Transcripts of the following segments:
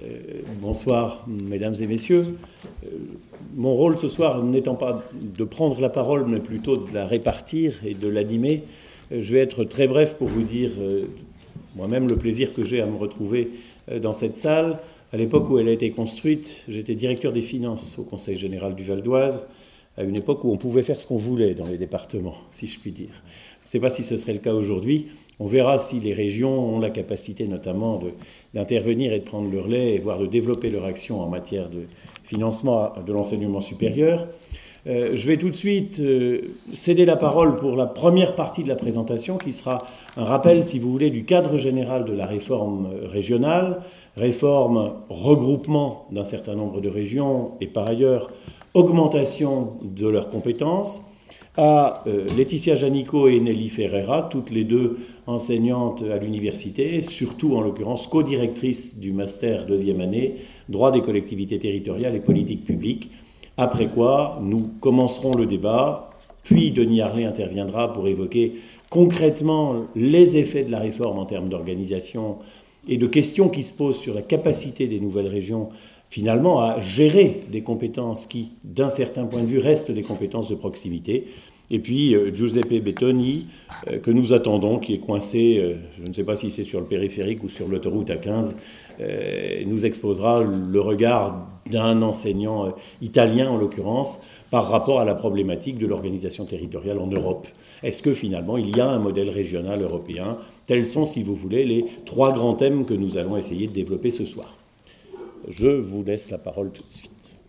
Bonsoir, mesdames et messieurs. Mon rôle ce soir n'étant pas de prendre la parole, mais plutôt de la répartir et de l'animer, je vais être très bref pour vous dire moi-même le plaisir que j'ai à me retrouver dans cette salle. À l'époque où elle a été construite, j'étais directeur des finances au Conseil général du Val d'Oise, à une époque où on pouvait faire ce qu'on voulait dans les départements, si je puis dire. Je ne sais pas si ce serait le cas aujourd'hui. On verra si les régions ont la capacité notamment d'intervenir et de prendre le relais, voire de développer leur action en matière de financement de l'enseignement supérieur. Je vais tout de suite céder la parole pour la première partie de la présentation, qui sera un rappel, si vous voulez, du cadre général de la réforme régionale, réforme regroupement d'un certain nombre de régions et par ailleurs augmentation de leurs compétences, à Laetitia Janicot et Nelly Ferreira, toutes les deux enseignantes à l'université, surtout en l'occurrence co-directrices du master deuxième année, droit des collectivités territoriales et politique publique, après quoi nous commencerons le débat, puis Denis Harlet interviendra pour évoquer concrètement les effets de la réforme en termes d'organisation et de questions qui se posent sur la capacité des nouvelles régions finalement à gérer des compétences qui, d'un certain point de vue, restent des compétences de proximité. Et puis Giuseppe Bettoni, que nous attendons, qui est coincé, je ne sais pas si c'est sur le périphérique ou sur l'autoroute A15, nous exposera le regard d'un enseignant italien, en l'occurrence, par rapport à la problématique de l'organisation territoriale en Europe. Est-ce que finalement il y a un modèle régional européen ? Tels sont, si vous voulez, les trois grands thèmes que nous allons essayer de développer ce soir. Je vous laisse la parole tout de suite.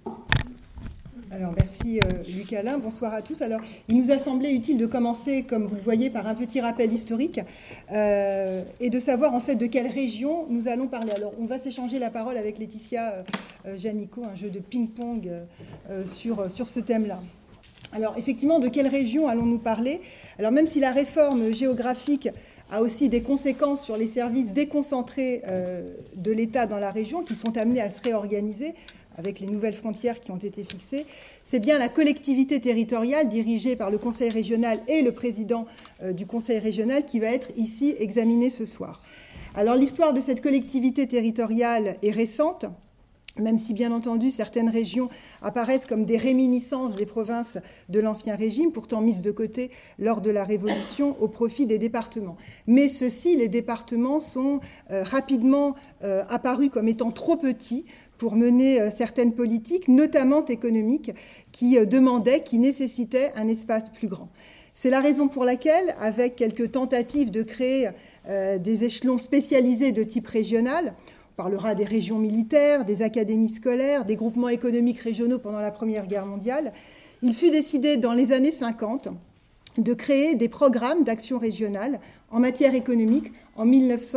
Alors, merci Lucas Alain, bonsoir à tous. Alors, il nous a semblé utile de commencer, comme vous le voyez, par un petit rappel historique et de savoir en fait de quelle région nous allons parler. Alors, on va s'échanger la parole avec Laetitia Janicot, un jeu de ping-pong sur ce thème-là. Alors, effectivement, de quelle région allons-nous parler ? Alors, même si la réforme géographique a aussi des conséquences sur les services déconcentrés de l'État dans la région qui sont amenés à se réorganiser avec les nouvelles frontières qui ont été fixées, c'est bien la collectivité territoriale dirigée par le Conseil régional et le président du Conseil régional qui va être ici examinée ce soir. Alors l'histoire de cette collectivité territoriale est récente, même si, bien entendu, certaines régions apparaissent comme des réminiscences des provinces de l'Ancien Régime, pourtant mises de côté lors de la Révolution au profit des départements. Mais ceux-ci, les départements, sont rapidement apparus comme étant trop petits pour mener certaines politiques, notamment économiques, qui demandaient, qui nécessitaient un espace plus grand. C'est la raison pour laquelle, avec quelques tentatives de créer des échelons spécialisés de type régional, on parlera des régions militaires, des académies scolaires, des groupements économiques régionaux pendant la Première Guerre mondiale. Il fut décidé dans les années 50 de créer des programmes d'action régionale en matière économique en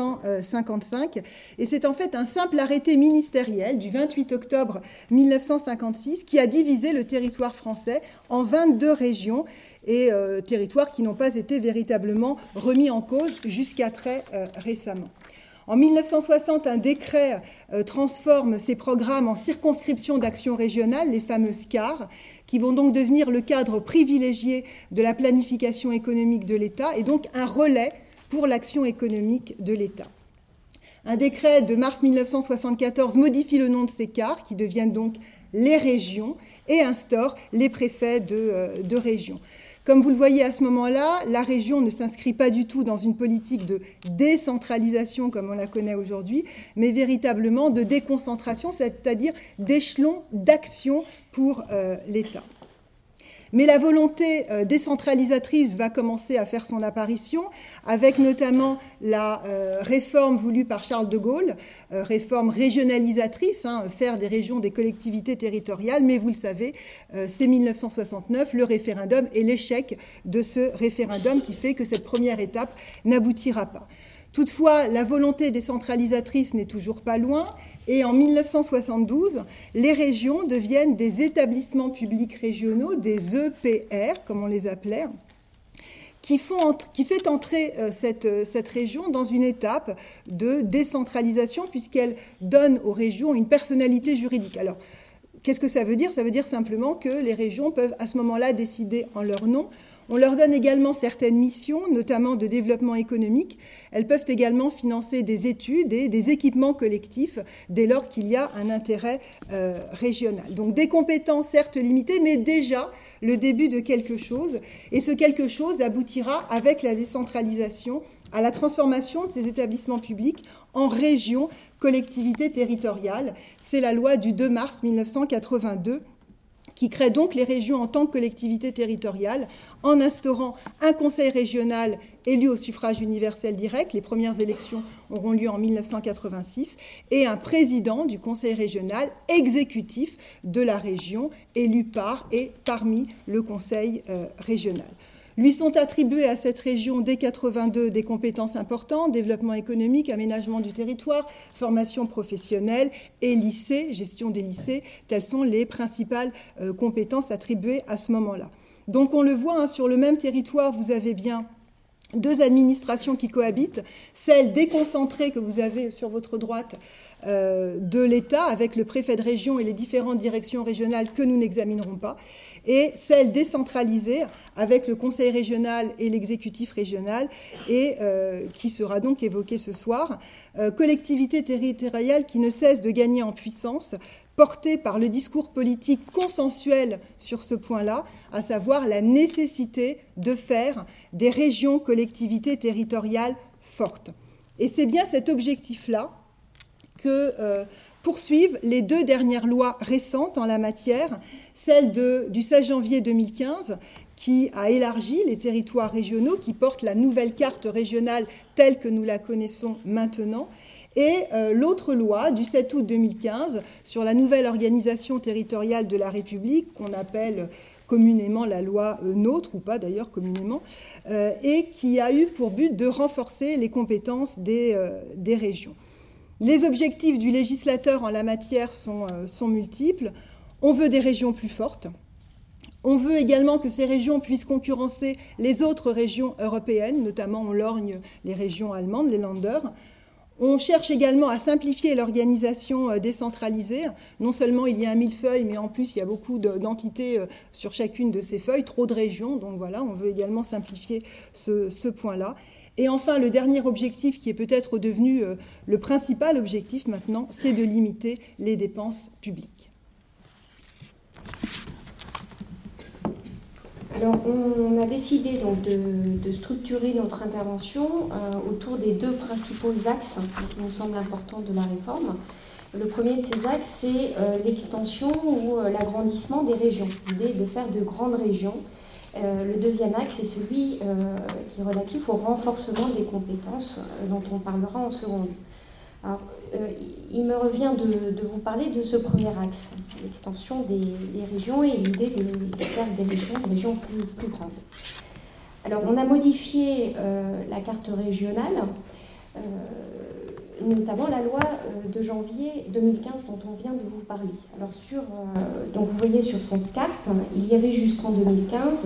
1955. Et c'est en fait un simple arrêté ministériel du 28 octobre 1956 qui a divisé le territoire français en 22 régions et territoires qui n'ont pas été véritablement remis en cause jusqu'à très récemment. En 1960, un décret transforme ces programmes en circonscriptions d'action régionale, les fameuses CAR, qui vont donc devenir le cadre privilégié de la planification économique de l'État et donc un relais pour l'action économique de l'État. Un décret de mars 1974 modifie le nom de ces CAR, qui deviennent donc les régions, et instaure les préfets de région. Comme vous le voyez à ce moment-là, la région ne s'inscrit pas du tout dans une politique de décentralisation comme on la connaît aujourd'hui, mais véritablement de déconcentration, c'est-à-dire d'échelons d'action pour l'État. Mais la volonté décentralisatrice va commencer à faire son apparition, avec notamment la réforme voulue par Charles de Gaulle, réforme régionalisatrice, faire des régions des collectivités territoriales, mais vous le savez, c'est 1969, le référendum et l'échec de ce référendum qui fait que cette première étape n'aboutira pas. Toutefois, la volonté décentralisatrice n'est toujours pas loin. Et en 1972, les régions deviennent des établissements publics régionaux, des EPR, comme on les appelait, qui fait entrer cette région dans une étape de décentralisation puisqu'elle donne aux régions une personnalité juridique. Alors, qu'est-ce que ça veut dire ? Ça veut dire simplement que les régions peuvent à ce moment-là décider en leur nom. On leur donne également certaines missions, notamment de développement économique. Elles peuvent également financer des études et des équipements collectifs dès lors qu'il y a un intérêt régional. Donc des compétences certes limitées, mais déjà le début de quelque chose. Et ce quelque chose aboutira avec la décentralisation à la transformation de ces établissements publics en régions, collectivités territoriales. C'est la loi du 2 mars 1982 qui crée donc les régions en tant que collectivités territoriales en instaurant un conseil régional élu au suffrage universel direct. Les premières élections auront lieu en 1986 et un président du conseil régional exécutif de la région élu par et parmi le conseil régional. Lui sont attribuées à cette région dès 1982 des compétences importantes, développement économique, aménagement du territoire, formation professionnelle et lycée, gestion des lycées. Telles sont les principales compétences attribuées à ce moment-là. Donc on le voit, sur le même territoire, vous avez bien deux administrations qui cohabitent, celle déconcentrée que vous avez sur votre droite de l'État avec le préfet de région et les différentes directions régionales que nous n'examinerons pas, et celle décentralisée avec le conseil régional et l'exécutif régional et qui sera donc évoquée ce soir. Collectivité territoriale qui ne cesse de gagner en puissance, portée par le discours politique consensuel sur ce point-là, à savoir la nécessité de faire des régions collectivités territoriales fortes. Et c'est bien cet objectif-là que poursuivent les deux dernières lois récentes en la matière, celle du 16 janvier 2015 qui a élargi les territoires régionaux, qui porte la nouvelle carte régionale telle que nous la connaissons maintenant, et l'autre loi du 7 août 2015 sur la nouvelle organisation territoriale de la République, qu'on appelle communément la loi NOTRe, ou pas d'ailleurs communément, et qui a eu pour but de renforcer les compétences des régions. Les objectifs du législateur en la matière sont multiples. On veut des régions plus fortes. On veut également que ces régions puissent concurrencer les autres régions européennes, notamment on lorgne les régions allemandes, les Länder. On cherche également à simplifier l'organisation décentralisée. Non seulement il y a un millefeuille, mais en plus il y a beaucoup d'entités sur chacune de ces feuilles, trop de régions. Donc voilà, on veut également simplifier ce point-là. Et enfin, le dernier objectif, qui est peut-être devenu le principal objectif maintenant, c'est de limiter les dépenses publiques. Alors, on a décidé donc de structurer notre intervention autour des deux principaux axes qui nous semblent importants de la réforme. Le premier de ces axes, c'est l'extension ou l'agrandissement des régions, l'idée de faire de grandes régions. Le deuxième axe est celui qui est relatif au renforcement des compétences dont on parlera en second lieu. Alors, il me revient de vous parler de ce premier axe, l'extension des régions et l'idée de faire des régions plus grandes. Alors, on a modifié la carte régionale, notamment la loi de janvier 2015 dont on vient de vous parler. Alors, donc vous voyez sur cette carte, il y avait jusqu'en 2015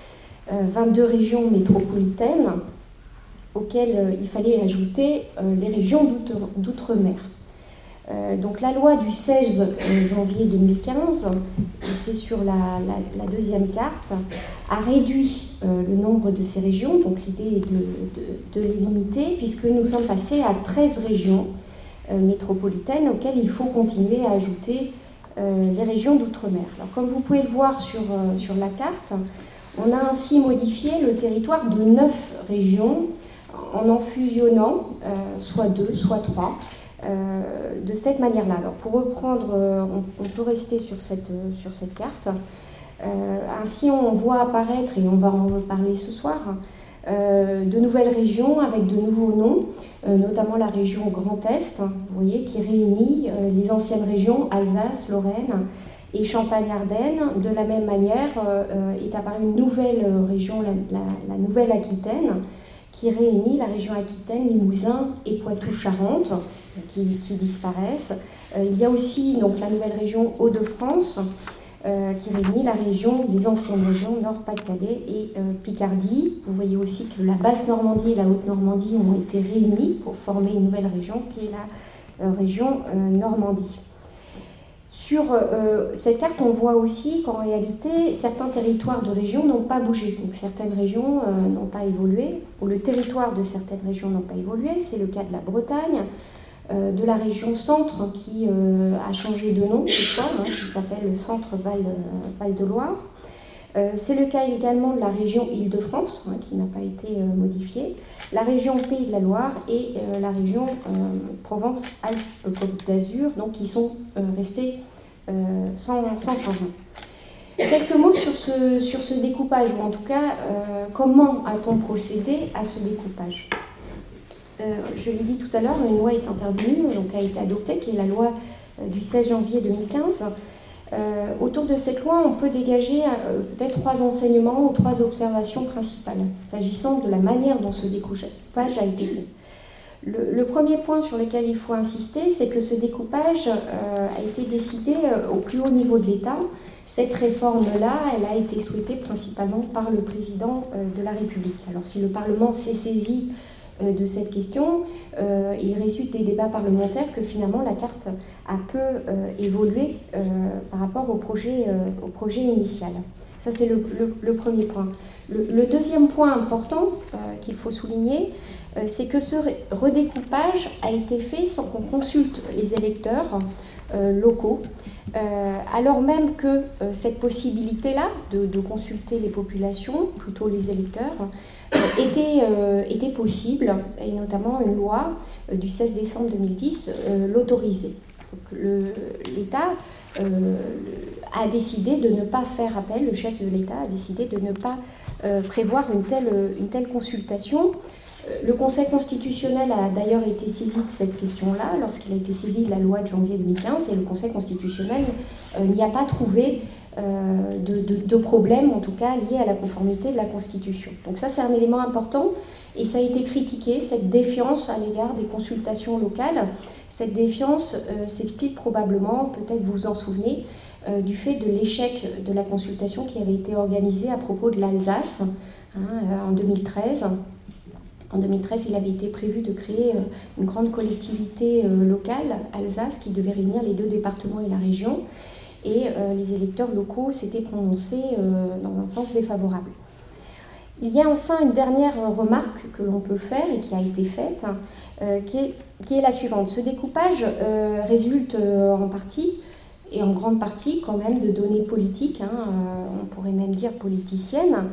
22 régions métropolitaines auxquelles il fallait ajouter les régions d'outre-mer. Donc la loi du 16 janvier 2015, c'est sur la deuxième carte, a réduit le nombre de ces régions, donc l'idée est de les limiter, puisque nous sommes passés à 13 régions métropolitaines auxquelles il faut continuer à ajouter les régions d'outre-mer. Alors comme vous pouvez le voir sur la carte, on a ainsi modifié le territoire de 9 régions en fusionnant soit 2, soit 3, de cette manière-là. Alors pour reprendre, on peut rester sur cette carte. Ainsi on voit apparaître, et on va en reparler ce soir, de nouvelles régions avec de nouveaux noms, notamment la région Grand Est, vous voyez, qui réunit les anciennes régions Alsace, Lorraine et Champagne-Ardenne. De la même manière est apparue une nouvelle région, la Nouvelle-Aquitaine, qui réunit la région Aquitaine, Limousin et Poitou-Charentes, qui disparaissent. Il y a aussi donc, la nouvelle région Hauts-de-France, qui réunit la région, les anciennes régions Nord-Pas-de-Calais et Picardie. Vous voyez aussi que la Basse-Normandie et la Haute-Normandie ont été réunies pour former une nouvelle région, qui est la région Normandie. Sur cette carte, on voit aussi qu'en réalité, certains territoires de région n'ont pas bougé. Donc certaines régions n'ont pas évolué, ou le territoire de certaines régions n'ont pas évolué. C'est le cas de la Bretagne, de la région centre qui a changé de nom cette fois, qui s'appelle le centre Val de Loire. C'est le cas également de la région Île-de-France, qui n'a pas été modifiée, la région Pays de la Loire et la région Provence-Alpes-Côte d'Azur, donc qui sont restés sans changement. Quelques mots sur ce découpage, ou en tout cas, comment a-t-on procédé à ce découpage ? Je l'ai dit tout à l'heure, une loi est intervenue, donc a été adoptée, qui est la loi du 16 janvier 2015. Autour de cette loi, on peut dégager peut-être 3 enseignements ou 3 observations principales, s'agissant de la manière dont ce découpage a été fait. Le premier point sur lequel il faut insister, c'est que ce découpage a été décidé au plus haut niveau de l'État. Cette réforme-là, elle a été souhaitée principalement par le président de la République. Alors si le Parlement s'est saisi de cette question, il résulte des débats parlementaires que finalement la carte a peu évolué par rapport au projet initial. Ça, c'est le premier point. Le deuxième point important qu'il faut souligner, c'est que ce redécoupage a été fait sans qu'on consulte les électeurs locaux, alors même que cette possibilité-là de consulter les populations, plutôt les électeurs, était possible, et notamment une loi du 16 décembre 2010 l'autorisait. L'État a décidé de ne pas faire appel, le chef de l'État a décidé de ne pas prévoir une telle consultation. Le Conseil constitutionnel a d'ailleurs été saisi de cette question-là lorsqu'il a été saisi de la loi de janvier 2015, et le Conseil constitutionnel n'y a pas trouvé de problème, en tout cas lié à la conformité de la Constitution. Donc ça, c'est un élément important, et ça a été critiqué, cette défiance à l'égard des consultations locales. Cette défiance s'explique probablement, peut-être vous vous en souvenez, du fait de l'échec de la consultation qui avait été organisée à propos de l'Alsace en 2013. En 2013, il avait été prévu de créer une grande collectivité locale, Alsace, qui devait réunir les 2 départements et la région. Et les électeurs locaux s'étaient prononcés dans un sens défavorable. Il y a enfin une dernière remarque que l'on peut faire et qui a été faite, qui est la suivante. Ce découpage résulte en partie, et en grande partie quand même, de données politiques, on pourrait même dire politiciennes,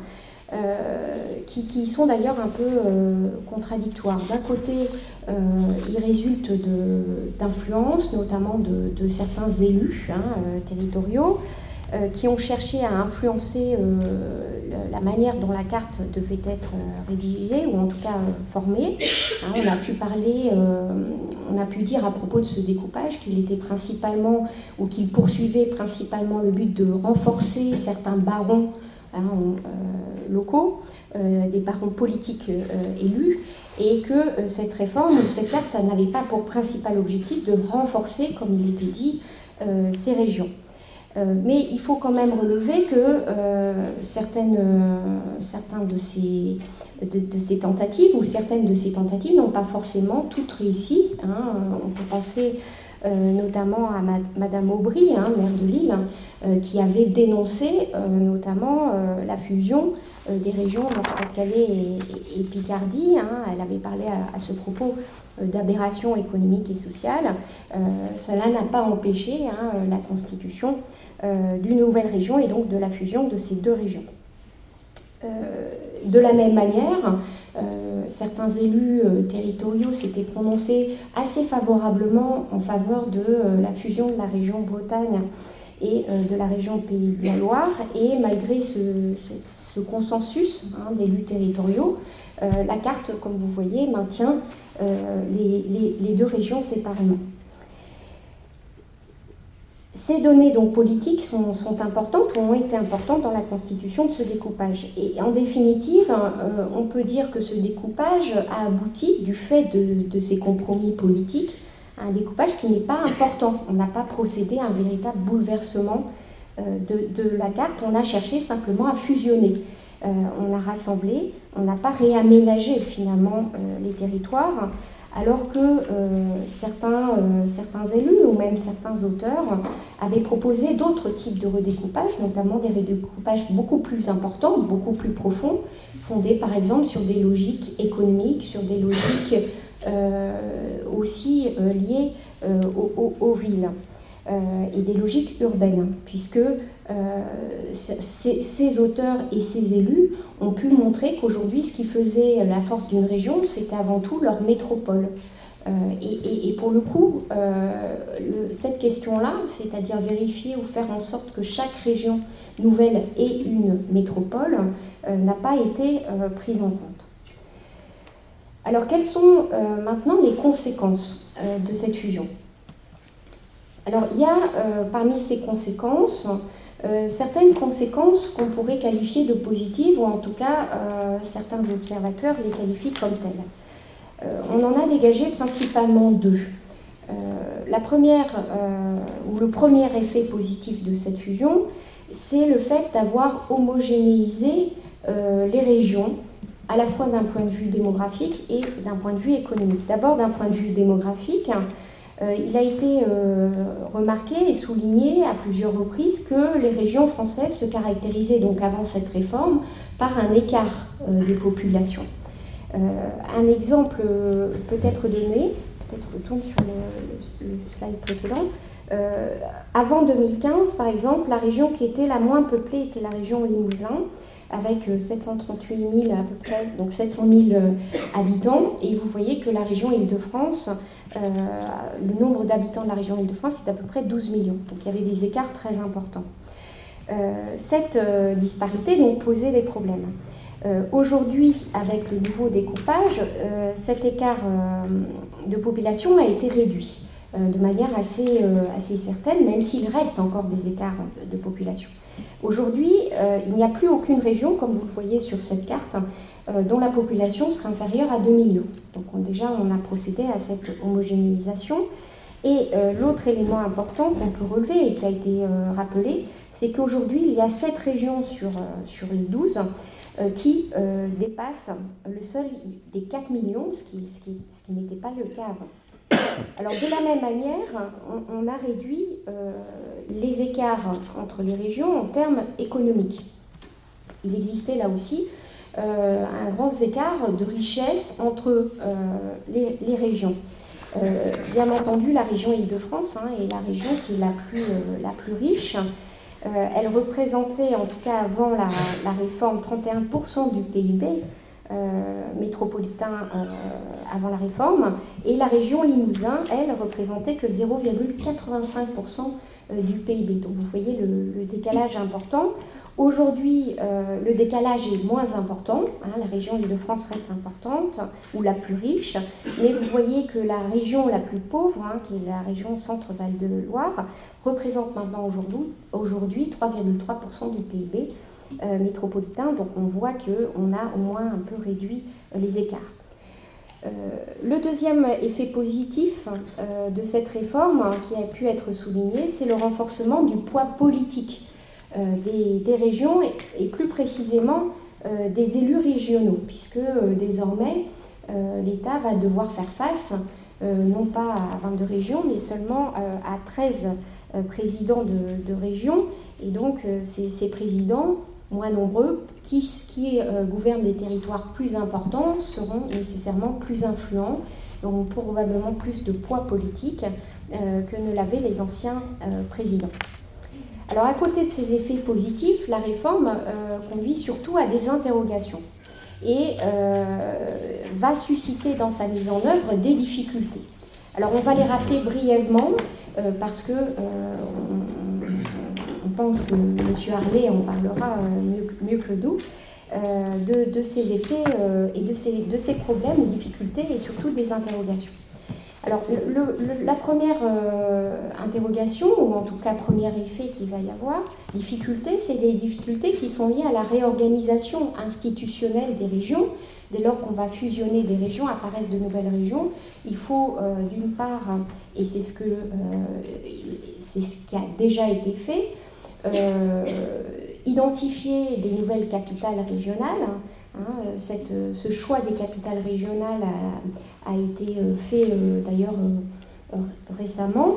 qui sont d'ailleurs un peu contradictoires. D'un côté, il résulte d'influences, notamment de certains élus territoriaux, qui ont cherché à influencer la manière dont la carte devait être rédigée, ou en tout cas formée. On a pu dire à propos de ce découpage qu'il était principalement, ou qu'il poursuivait principalement le but de renforcer certains barons locaux, des barons politiques élus, et que cette réforme, cette carte, n'avait pas pour principal objectif de renforcer, comme il était dit, ces régions. Mais il faut quand même relever que certaines de ces tentatives, ou certaines de ces tentatives n'ont pas forcément toutes réussi. On peut penser notamment à Madame Aubry, maire de Lille, qui avait dénoncé notamment la fusion des régions Nord-Pas-de-Calais et Picardie. Elle avait parlé à ce propos d'aberration économique et sociale. Cela n'a pas empêché la constitution d'une nouvelle région, et donc de la fusion de ces 2 régions. De la même manière, certains élus territoriaux s'étaient prononcés assez favorablement en faveur de la fusion de la région Bretagne et de la région Pays de la Loire, et malgré ce consensus d'élus territoriaux, la carte, comme vous voyez, maintient les 2 régions séparément. Ces données donc politiques sont importantes, ou ont été importantes dans la constitution de ce découpage. Et en définitive, on peut dire que ce découpage a abouti, du fait de ces compromis politiques, à un découpage qui n'est pas important. On n'a pas procédé à un véritable bouleversement de la carte, on a cherché simplement à fusionner. On a rassemblé, on n'a pas réaménagé finalement les territoires, alors que certains élus ou même certains auteurs avaient proposé d'autres types de redécoupage, notamment des redécoupages beaucoup plus importants, beaucoup plus profonds, fondés par exemple sur des logiques économiques, sur des logiques aussi liées aux villes et des logiques urbaines, puisque ces auteurs et ces élus ont pu montrer qu'aujourd'hui, ce qui faisait la force d'une région, c'était avant tout leur métropole. Et pour le coup, cette question-là, c'est-à-dire vérifier ou faire en sorte que chaque région nouvelle ait une métropole, n'a pas été prise en compte. Alors, quelles sont maintenant les conséquences de cette fusion ? Alors, il y a parmi ces conséquences certaines conséquences qu'on pourrait qualifier de positives, ou en tout cas, certains observateurs les qualifient comme telles. On en a dégagé principalement deux. La première, ou le premier effet positif de cette fusion, c'est le fait d'avoir homogénéisé les régions, à la fois d'un point de vue démographique et d'un point de vue économique. D'abord, d'un point de vue démographique, il a été remarqué et souligné à plusieurs reprises que les régions françaises se caractérisaient donc avant cette réforme par un écart des populations. Un exemple peut-être donné, peut-être retourne sur le slide précédent. Avant 2015, par exemple, la région qui était la moins peuplée était la région Limousin, avec 738 000 à peu près, donc 700 000 habitants. Et vous voyez que la région Île-de-France, le nombre d'habitants de la région Île-de-France, c'est à peu près 12 millions. Donc il y avait des écarts très importants. Cette disparité donc posait des problèmes. Aujourd'hui, avec le nouveau découpage, cet écart de population a été réduit de manière assez certaine, même s'il reste encore des écarts de population. Aujourd'hui, il n'y a plus aucune région, comme vous le voyez sur cette carte, dont la population sera inférieure à 2 millions. Donc déjà, on a procédé à cette homogénéisation. Et l'autre élément important qu'on peut relever et qui a été rappelé, c'est qu'aujourd'hui, il y a 7 régions sur les 12 qui dépassent le seuil des 4 millions, ce qui n'était pas le cas avant. Alors de la même manière, on a réduit les écarts entre les régions en termes économiques. Il existait là aussi un grand écart de richesse entre les régions. Bien entendu, la région Île-de-France est la région qui est la plus riche. Elle représentait, en tout cas avant la réforme, 31% du PIB métropolitain avant la réforme, et la région Limousin, elle, représentait que 0,85% du PIB. Donc vous voyez le décalage important. Aujourd'hui, le décalage est moins important. La région Île-de-France reste importante, ou la plus riche, mais vous voyez que la région la plus pauvre, qui est la région Centre-Val de Loire, représente maintenant aujourd'hui 3,3% du PIB métropolitain. Donc on voit qu'on a au moins un peu réduit les écarts. Le deuxième effet positif de cette réforme qui a pu être souligné, c'est le renforcement du poids politique des régions et plus précisément des élus régionaux, puisque désormais l'État va devoir faire face non pas à 22 régions, mais seulement à 13 présidents de régions. Et donc ces présidents, moins nombreux, qui gouvernent des territoires plus importants, seront nécessairement plus influents, auront probablement plus de poids politique que ne l'avaient les anciens présidents. Alors à côté de ces effets positifs, la réforme conduit surtout à des interrogations et va susciter dans sa mise en œuvre des difficultés. Alors on va les rappeler brièvement parce que on pense que M. Harlet en parlera mieux que nous, de ces effets et de ces problèmes ou difficultés et surtout des interrogations. Alors, la première interrogation, ou en tout cas premier effet qu'il va y avoir, difficulté, c'est des difficultés qui sont liées à la réorganisation institutionnelle des régions. Dès lors qu'on va fusionner des régions, apparaissent de nouvelles régions, il faut d'une part, et c'est ce qui a déjà été fait, identifier des nouvelles capitales régionales, Ce choix des capitales régionales a été fait d'ailleurs récemment.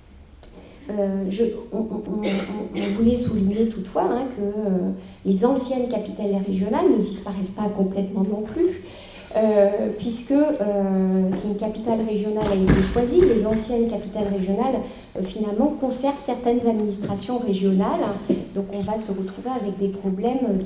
On voulait souligner toutefois que les anciennes capitales régionales ne disparaissent pas complètement non plus, puisque si une capitale régionale a été choisie, les anciennes capitales régionales finalement conservent certaines administrations régionales. Donc on va se retrouver avec des problèmes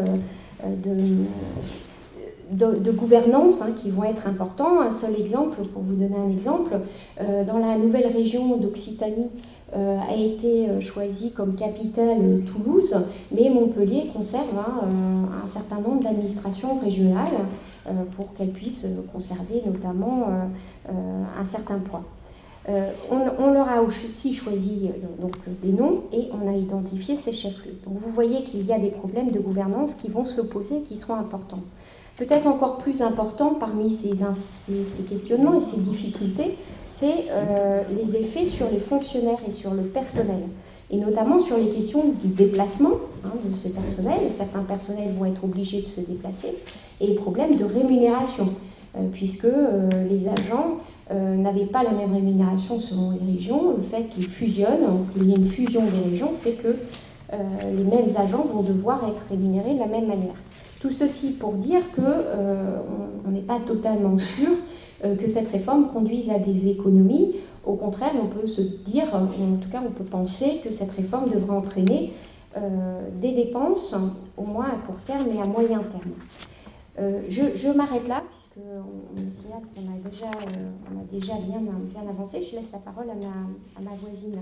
de gouvernance qui vont être importants. Un seul exemple, pour vous donner un exemple, dans la nouvelle région d'Occitanie, a été choisie comme capitale Toulouse, mais Montpellier conserve un certain nombre d'administrations régionales pour qu'elles puissent conserver notamment un certain poids. On leur a aussi choisi donc, des noms et on a identifié ces chefs-lieux. Donc vous voyez qu'il y a des problèmes de gouvernance qui vont se poser, qui seront importants. Peut-être encore plus important parmi ces questionnements et ces difficultés, c'est les effets sur les fonctionnaires et sur le personnel, et notamment sur les questions du déplacement de ce personnel. Certains personnels vont être obligés de se déplacer, et les problèmes de rémunération, puisque les agents n'avaient pas la même rémunération selon les régions. Le fait qu'ils fusionnent, qu'il y ait une fusion des régions, fait que les mêmes agents vont devoir être rémunérés de la même manière. Tout ceci pour dire qu'on n'est pas totalement sûr que cette réforme conduise à des économies. Au contraire, on peut se dire, en tout cas on peut penser que cette réforme devrait entraîner des dépenses, au moins à court terme et à moyen terme. Je m'arrête là, puisqu'on me signale qu'on a déjà bien avancé. Je laisse la parole à ma voisine.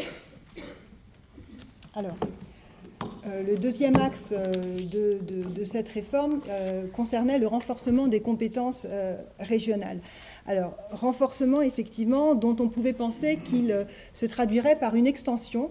Alors, le deuxième axe de cette réforme concernait le renforcement des compétences régionales. Alors, renforcement, effectivement, dont on pouvait penser qu'il se traduirait par une extension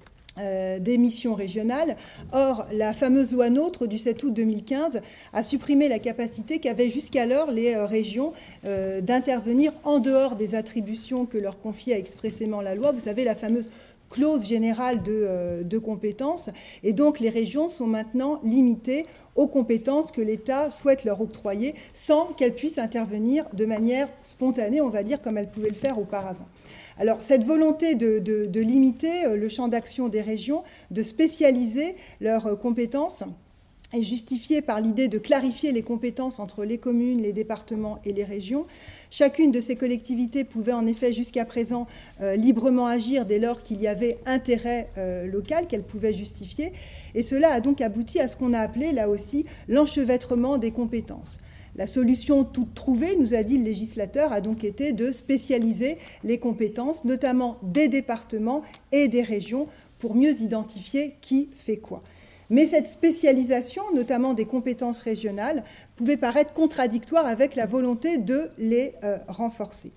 des missions régionales. Or, la fameuse loi NOTRe du 7 août 2015 a supprimé la capacité qu'avaient jusqu'alors les régions d'intervenir en dehors des attributions que leur confiait expressément la loi. Vous savez, la fameuse clause générale de compétences, et donc les régions sont maintenant limitées aux compétences que l'État souhaite leur octroyer sans qu'elles puissent intervenir de manière spontanée, on va dire, comme elles pouvaient le faire auparavant. Alors, cette volonté de limiter le champ d'action des régions, de spécialiser leurs compétences, est justifiée par l'idée de clarifier les compétences entre les communes, les départements et les régions. Chacune de ces collectivités pouvait en effet jusqu'à présent librement agir dès lors qu'il y avait intérêt local qu'elle pouvait justifier. Et cela a donc abouti à ce qu'on a appelé là aussi l'enchevêtrement des compétences. La solution toute trouvée, nous a dit le législateur, a donc été de spécialiser les compétences, notamment des départements et des régions, pour mieux identifier qui fait quoi. Mais cette spécialisation, notamment des compétences régionales, pouvait paraître contradictoire avec la volonté de les renforcer.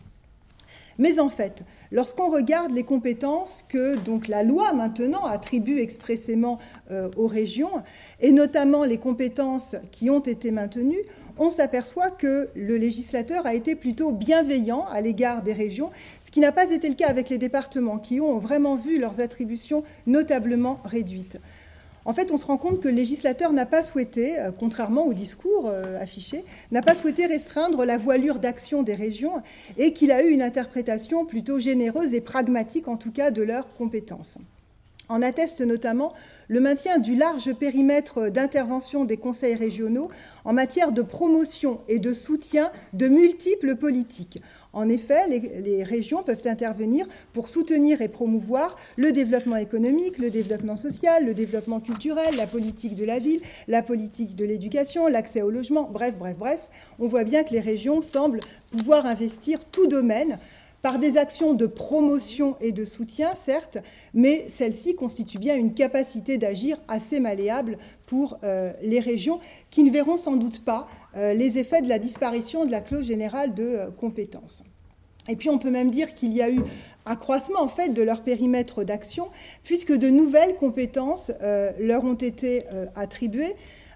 Mais en fait, lorsqu'on regarde les compétences que donc, la loi maintenant attribue expressément aux régions, et notamment les compétences qui ont été maintenues, on s'aperçoit que le législateur a été plutôt bienveillant à l'égard des régions, ce qui n'a pas été le cas avec les départements, qui ont vraiment vu leurs attributions notablement réduites. En fait, on se rend compte que le législateur n'a pas souhaité, contrairement au discours affiché, n'a pas souhaité restreindre la voilure d'action des régions et qu'il a eu une interprétation plutôt généreuse et pragmatique, en tout cas, de leurs compétences. En atteste notamment le maintien du large périmètre d'intervention des conseils régionaux en matière de promotion et de soutien de multiples politiques. En effet, les régions peuvent intervenir pour soutenir et promouvoir le développement économique, le développement social, le développement culturel, la politique de la ville, la politique de l'éducation, l'accès au logement, bref. On voit bien que les régions semblent pouvoir investir tout domaine par des actions de promotion et de soutien, certes, mais celles-ci constituent bien une capacité d'agir assez malléable pour les régions qui ne verront sans doute pas les effets de la disparition de la clause générale de compétences. Et puis on peut même dire qu'il y a eu accroissement en fait de leur périmètre d'action puisque de nouvelles compétences leur ont été attribuées.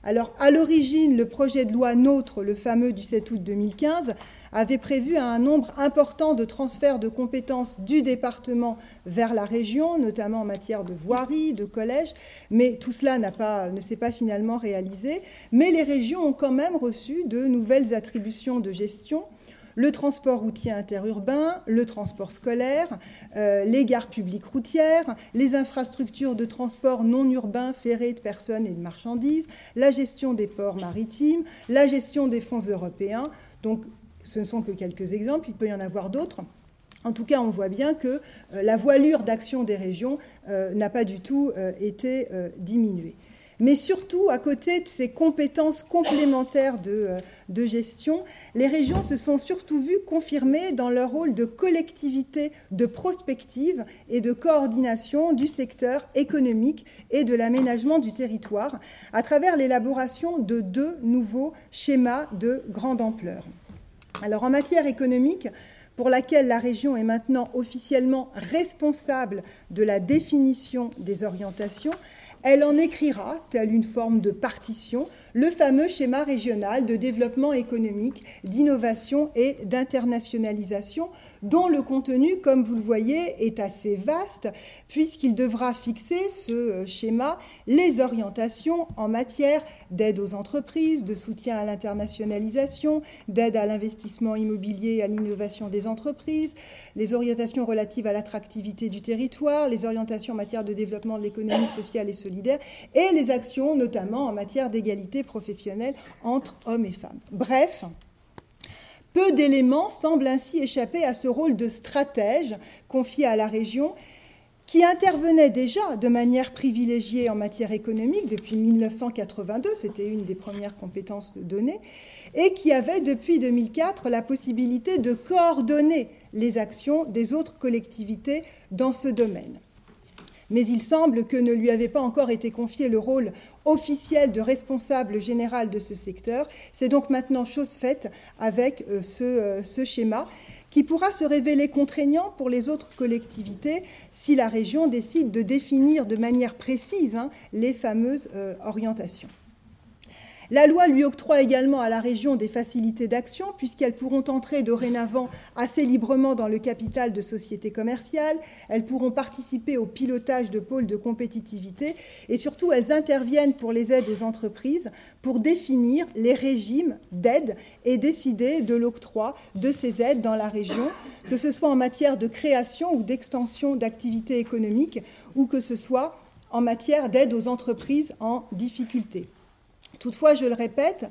Alors, à l'origine, le projet de loi NOTRe, le fameux du 7 août 2015, avait prévu un nombre important de transferts de compétences du département vers la région, notamment en matière de voirie, de collège, mais tout cela ne s'est pas finalement réalisé. Mais les régions ont quand même reçu de nouvelles attributions de gestion: le transport routier interurbain, le transport scolaire, les gares publiques routières, les infrastructures de transport non urbain, ferré de personnes et de marchandises, la gestion des ports maritimes, la gestion des fonds européens. Donc, ce ne sont que quelques exemples, il peut y en avoir d'autres. En tout cas, on voit bien que la voilure d'action des régions n'a pas du tout été diminuée. Mais surtout, à côté de ces compétences complémentaires de gestion, les régions se sont surtout vues confirmées dans leur rôle de collectivité de prospective et de coordination du secteur économique et de l'aménagement du territoire à travers l'élaboration de 2 nouveaux schémas de grande ampleur. Alors, en matière économique, pour laquelle la région est maintenant officiellement responsable de la définition des orientations, elle en écrira, telle une forme de partition, le fameux schéma régional de développement économique, d'innovation et d'internationalisation, dont le contenu, comme vous le voyez, est assez vaste, puisqu'il devra fixer, ce schéma, les orientations en matière d'aide aux entreprises, de soutien à l'internationalisation, d'aide à l'investissement immobilier et à l'innovation des entreprises, les orientations relatives à l'attractivité du territoire, les orientations en matière de développement de l'économie sociale et solidaire, et les actions notamment en matière d'égalité professionnelle entre hommes et femmes. Bref, peu d'éléments semblent ainsi échapper à ce rôle de stratège confié à la région, qui intervenait déjà de manière privilégiée en matière économique depuis 1982, c'était une des premières compétences données, et qui avait depuis 2004 la possibilité de coordonner les actions des autres collectivités dans ce domaine. Mais il semble que ne lui avait pas encore été confié le rôle officiel de responsable général de ce secteur. C'est donc maintenant chose faite avec ce schéma, qui pourra se révéler contraignant pour les autres collectivités si la région décide de définir de manière précise les fameuses orientations. La loi lui octroie également à la région des facilités d'action, puisqu'elles pourront entrer dorénavant assez librement dans le capital de sociétés commerciales, elles pourront participer au pilotage de pôles de compétitivité, et surtout elles interviennent pour les aides aux entreprises pour définir les régimes d'aide et décider de l'octroi de ces aides dans la région, que ce soit en matière de création ou d'extension d'activités économiques, ou que ce soit en matière d'aide aux entreprises en difficulté. Toutefois, je le répète,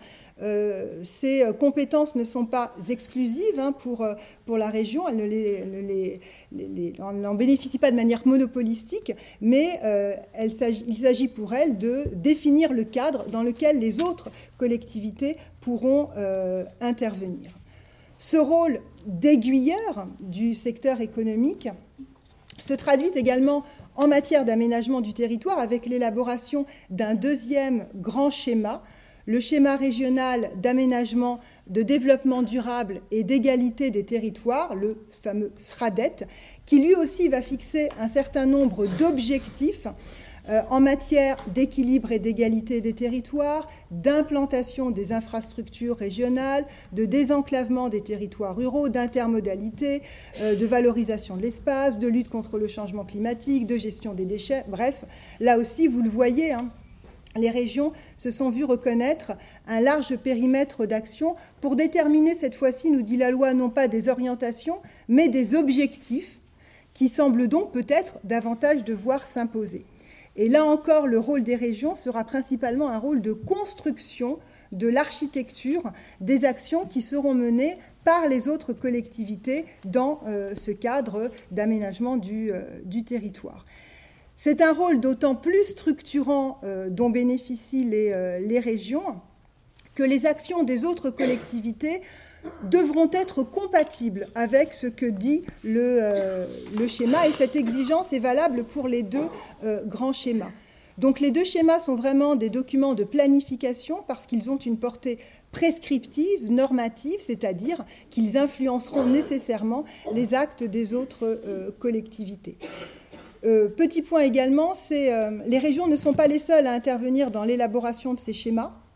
ces compétences ne sont pas exclusives pour la région, elle n'en bénéficie pas de manière monopolistique, mais il s'agit pour elle de définir le cadre dans lequel les autres collectivités pourront intervenir. Ce rôle d'aiguilleur du secteur économique se traduit également en matière d'aménagement du territoire avec l'élaboration d'un 2e grand schéma, le schéma régional d'aménagement, de développement durable et d'égalité des territoires, le fameux SRADET, qui lui aussi va fixer un certain nombre d'objectifs en matière d'équilibre et d'égalité des territoires, d'implantation des infrastructures régionales, de désenclavement des territoires ruraux, d'intermodalité, de valorisation de l'espace, de lutte contre le changement climatique, de gestion des déchets. Bref, là aussi, vous le voyez, les régions se sont vues reconnaître un large périmètre d'action pour déterminer cette fois-ci, nous dit la loi, non pas des orientations, mais des objectifs qui semblent donc peut-être davantage devoir s'imposer. Et là encore, le rôle des régions sera principalement un rôle de construction de l'architecture des actions qui seront menées par les autres collectivités dans ce cadre d'aménagement du territoire. C'est un rôle d'autant plus structurant dont bénéficient les régions que les actions des autres collectivités devront être compatibles avec ce que dit le schéma, et cette exigence est valable pour les 2 grands schémas. Donc les 2 schémas sont vraiment des documents de planification parce qu'ils ont une portée prescriptive, normative, c'est-à-dire qu'ils influenceront nécessairement les actes des autres collectivités. Petit point également, les régions ne sont pas les seules à intervenir dans l'élaboration de ces schémas.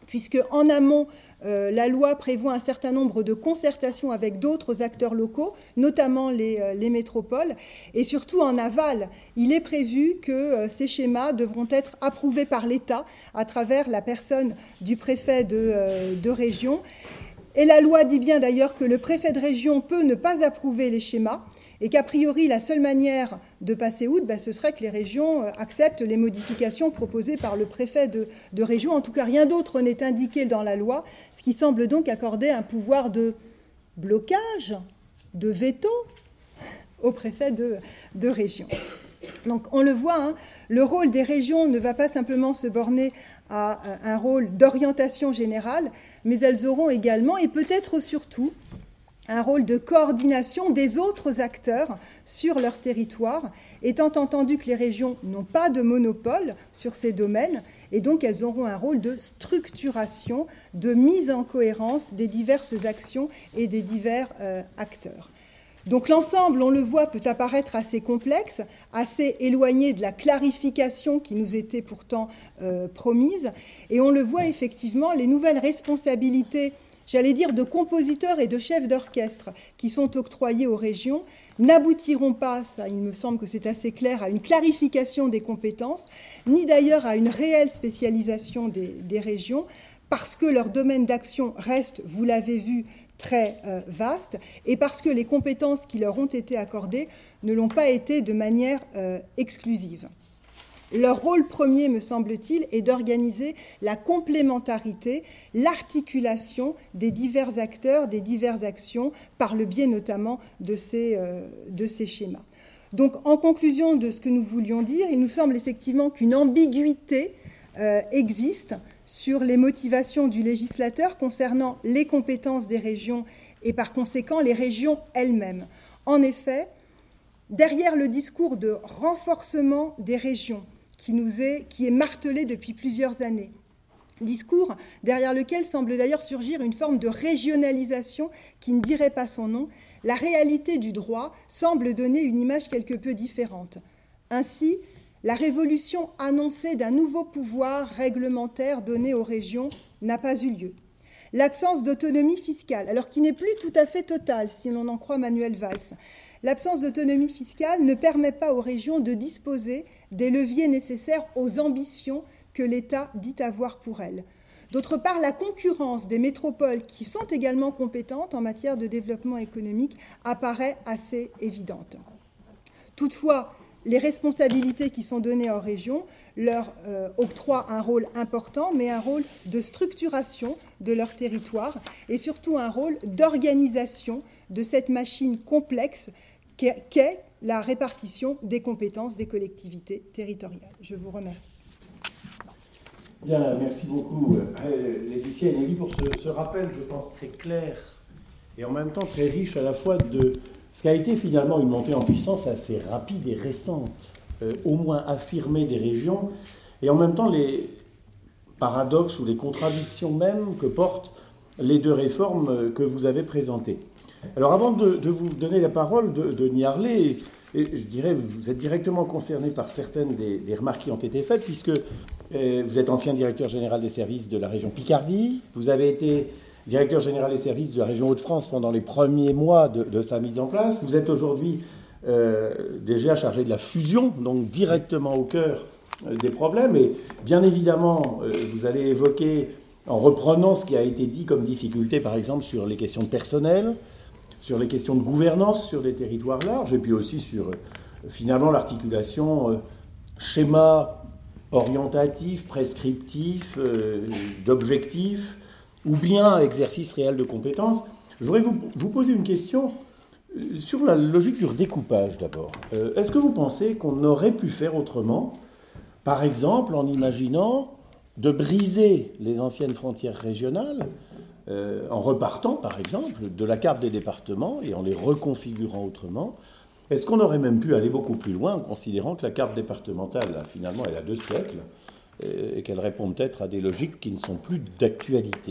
puisque en amont, la loi prévoit un certain nombre de concertations avec d'autres acteurs locaux, notamment les métropoles, et surtout en aval, il est prévu que ces schémas devront être approuvés par l'État à travers la personne du préfet de région. Et la loi dit bien d'ailleurs que le préfet de région peut ne pas approuver les schémas, et qu'a priori, la seule manière de passer outre, ce serait que les régions acceptent les modifications proposées par le préfet de région. En tout cas, rien d'autre n'est indiqué dans la loi, ce qui semble donc accorder un pouvoir de blocage, de veto au préfet de région. Donc on le voit, le rôle des régions ne va pas simplement se borner à un rôle d'orientation générale, mais elles auront également, et peut-être surtout, un rôle de coordination des autres acteurs sur leur territoire, étant entendu que les régions n'ont pas de monopole sur ces domaines, et donc elles auront un rôle de structuration, de mise en cohérence des diverses actions et des divers acteurs. Donc l'ensemble, on le voit, peut apparaître assez complexe, assez éloigné de la clarification qui nous était pourtant promise, et on le voit effectivement, les nouvelles responsabilités, j'allais dire, de compositeurs et de chefs d'orchestre qui sont octroyés aux régions n'aboutiront pas, ça il me semble que c'est assez clair, à une clarification des compétences, ni d'ailleurs à une réelle spécialisation des régions, parce que leur domaine d'action reste, vous l'avez vu, très vaste, et parce que les compétences qui leur ont été accordées ne l'ont pas été de manière exclusive. Leur rôle premier, me semble-t-il, est d'organiser la complémentarité, l'articulation des divers acteurs, des diverses actions, par le biais notamment de ces schémas. Donc, en conclusion de ce que nous voulions dire, il nous semble effectivement qu'une ambiguïté existe sur les motivations du législateur concernant les compétences des régions et par conséquent les régions elles-mêmes. En effet, derrière le discours de renforcement des régions, qui est martelé depuis plusieurs années. Discours derrière lequel semble d'ailleurs surgir une forme de régionalisation qui ne dirait pas son nom. La réalité du droit semble donner une image quelque peu différente. Ainsi, la révolution annoncée d'un nouveau pouvoir réglementaire donné aux régions n'a pas eu lieu. L'absence d'autonomie fiscale, alors qui n'est plus tout à fait totale, si l'on en croit Manuel Valls, l'absence d'autonomie fiscale ne permet pas aux régions de disposer des leviers nécessaires aux ambitions que l'État dit avoir pour elles. D'autre part, la concurrence des métropoles, qui sont également compétentes en matière de développement économique, apparaît assez évidente. Toutefois, les responsabilités qui sont données aux régions leur octroient un rôle important, mais un rôle de structuration de leur territoire et surtout un rôle d'organisation de cette machine complexe qu'est la répartition des compétences des collectivités territoriales. Je vous remercie. Bien, merci beaucoup Laetitia et Nelly pour ce rappel, je pense, très clair et en même temps très riche à la fois de ce qui a été finalement une montée en puissance assez rapide et récente, au moins affirmée des régions, et en même temps les paradoxes ou les contradictions même que portent les deux réformes que vous avez présentées. Alors avant de vous donner la parole, de n'y Harley, je dirais vous êtes directement concerné par certaines des remarques qui ont été faites, puisque vous êtes ancien directeur général des services de la région Picardie, vous avez été directeur général des services de la région Hauts-de-France pendant les premiers mois de sa mise en place, vous êtes aujourd'hui DGA chargé de la fusion, donc directement au cœur des problèmes, et bien évidemment vous allez évoquer, en reprenant ce qui a été dit comme difficulté par exemple sur les questions de personnel, sur les questions de gouvernance sur des territoires larges, et puis aussi sur, finalement, l'articulation schéma orientatif, prescriptif, d'objectifs, ou bien exercice réel de compétences. Je voudrais vous poser une question sur la logique du redécoupage, d'abord. Est-ce que vous pensez qu'on aurait pu faire autrement, par exemple, en imaginant de briser les anciennes frontières régionales, en repartant, par exemple, de la carte des départements et en les reconfigurant autrement? Est-ce qu'on aurait même pu aller beaucoup plus loin en considérant que la carte départementale, finalement, elle a 2 siècles et qu'elle répond peut-être à des logiques qui ne sont plus d'actualité?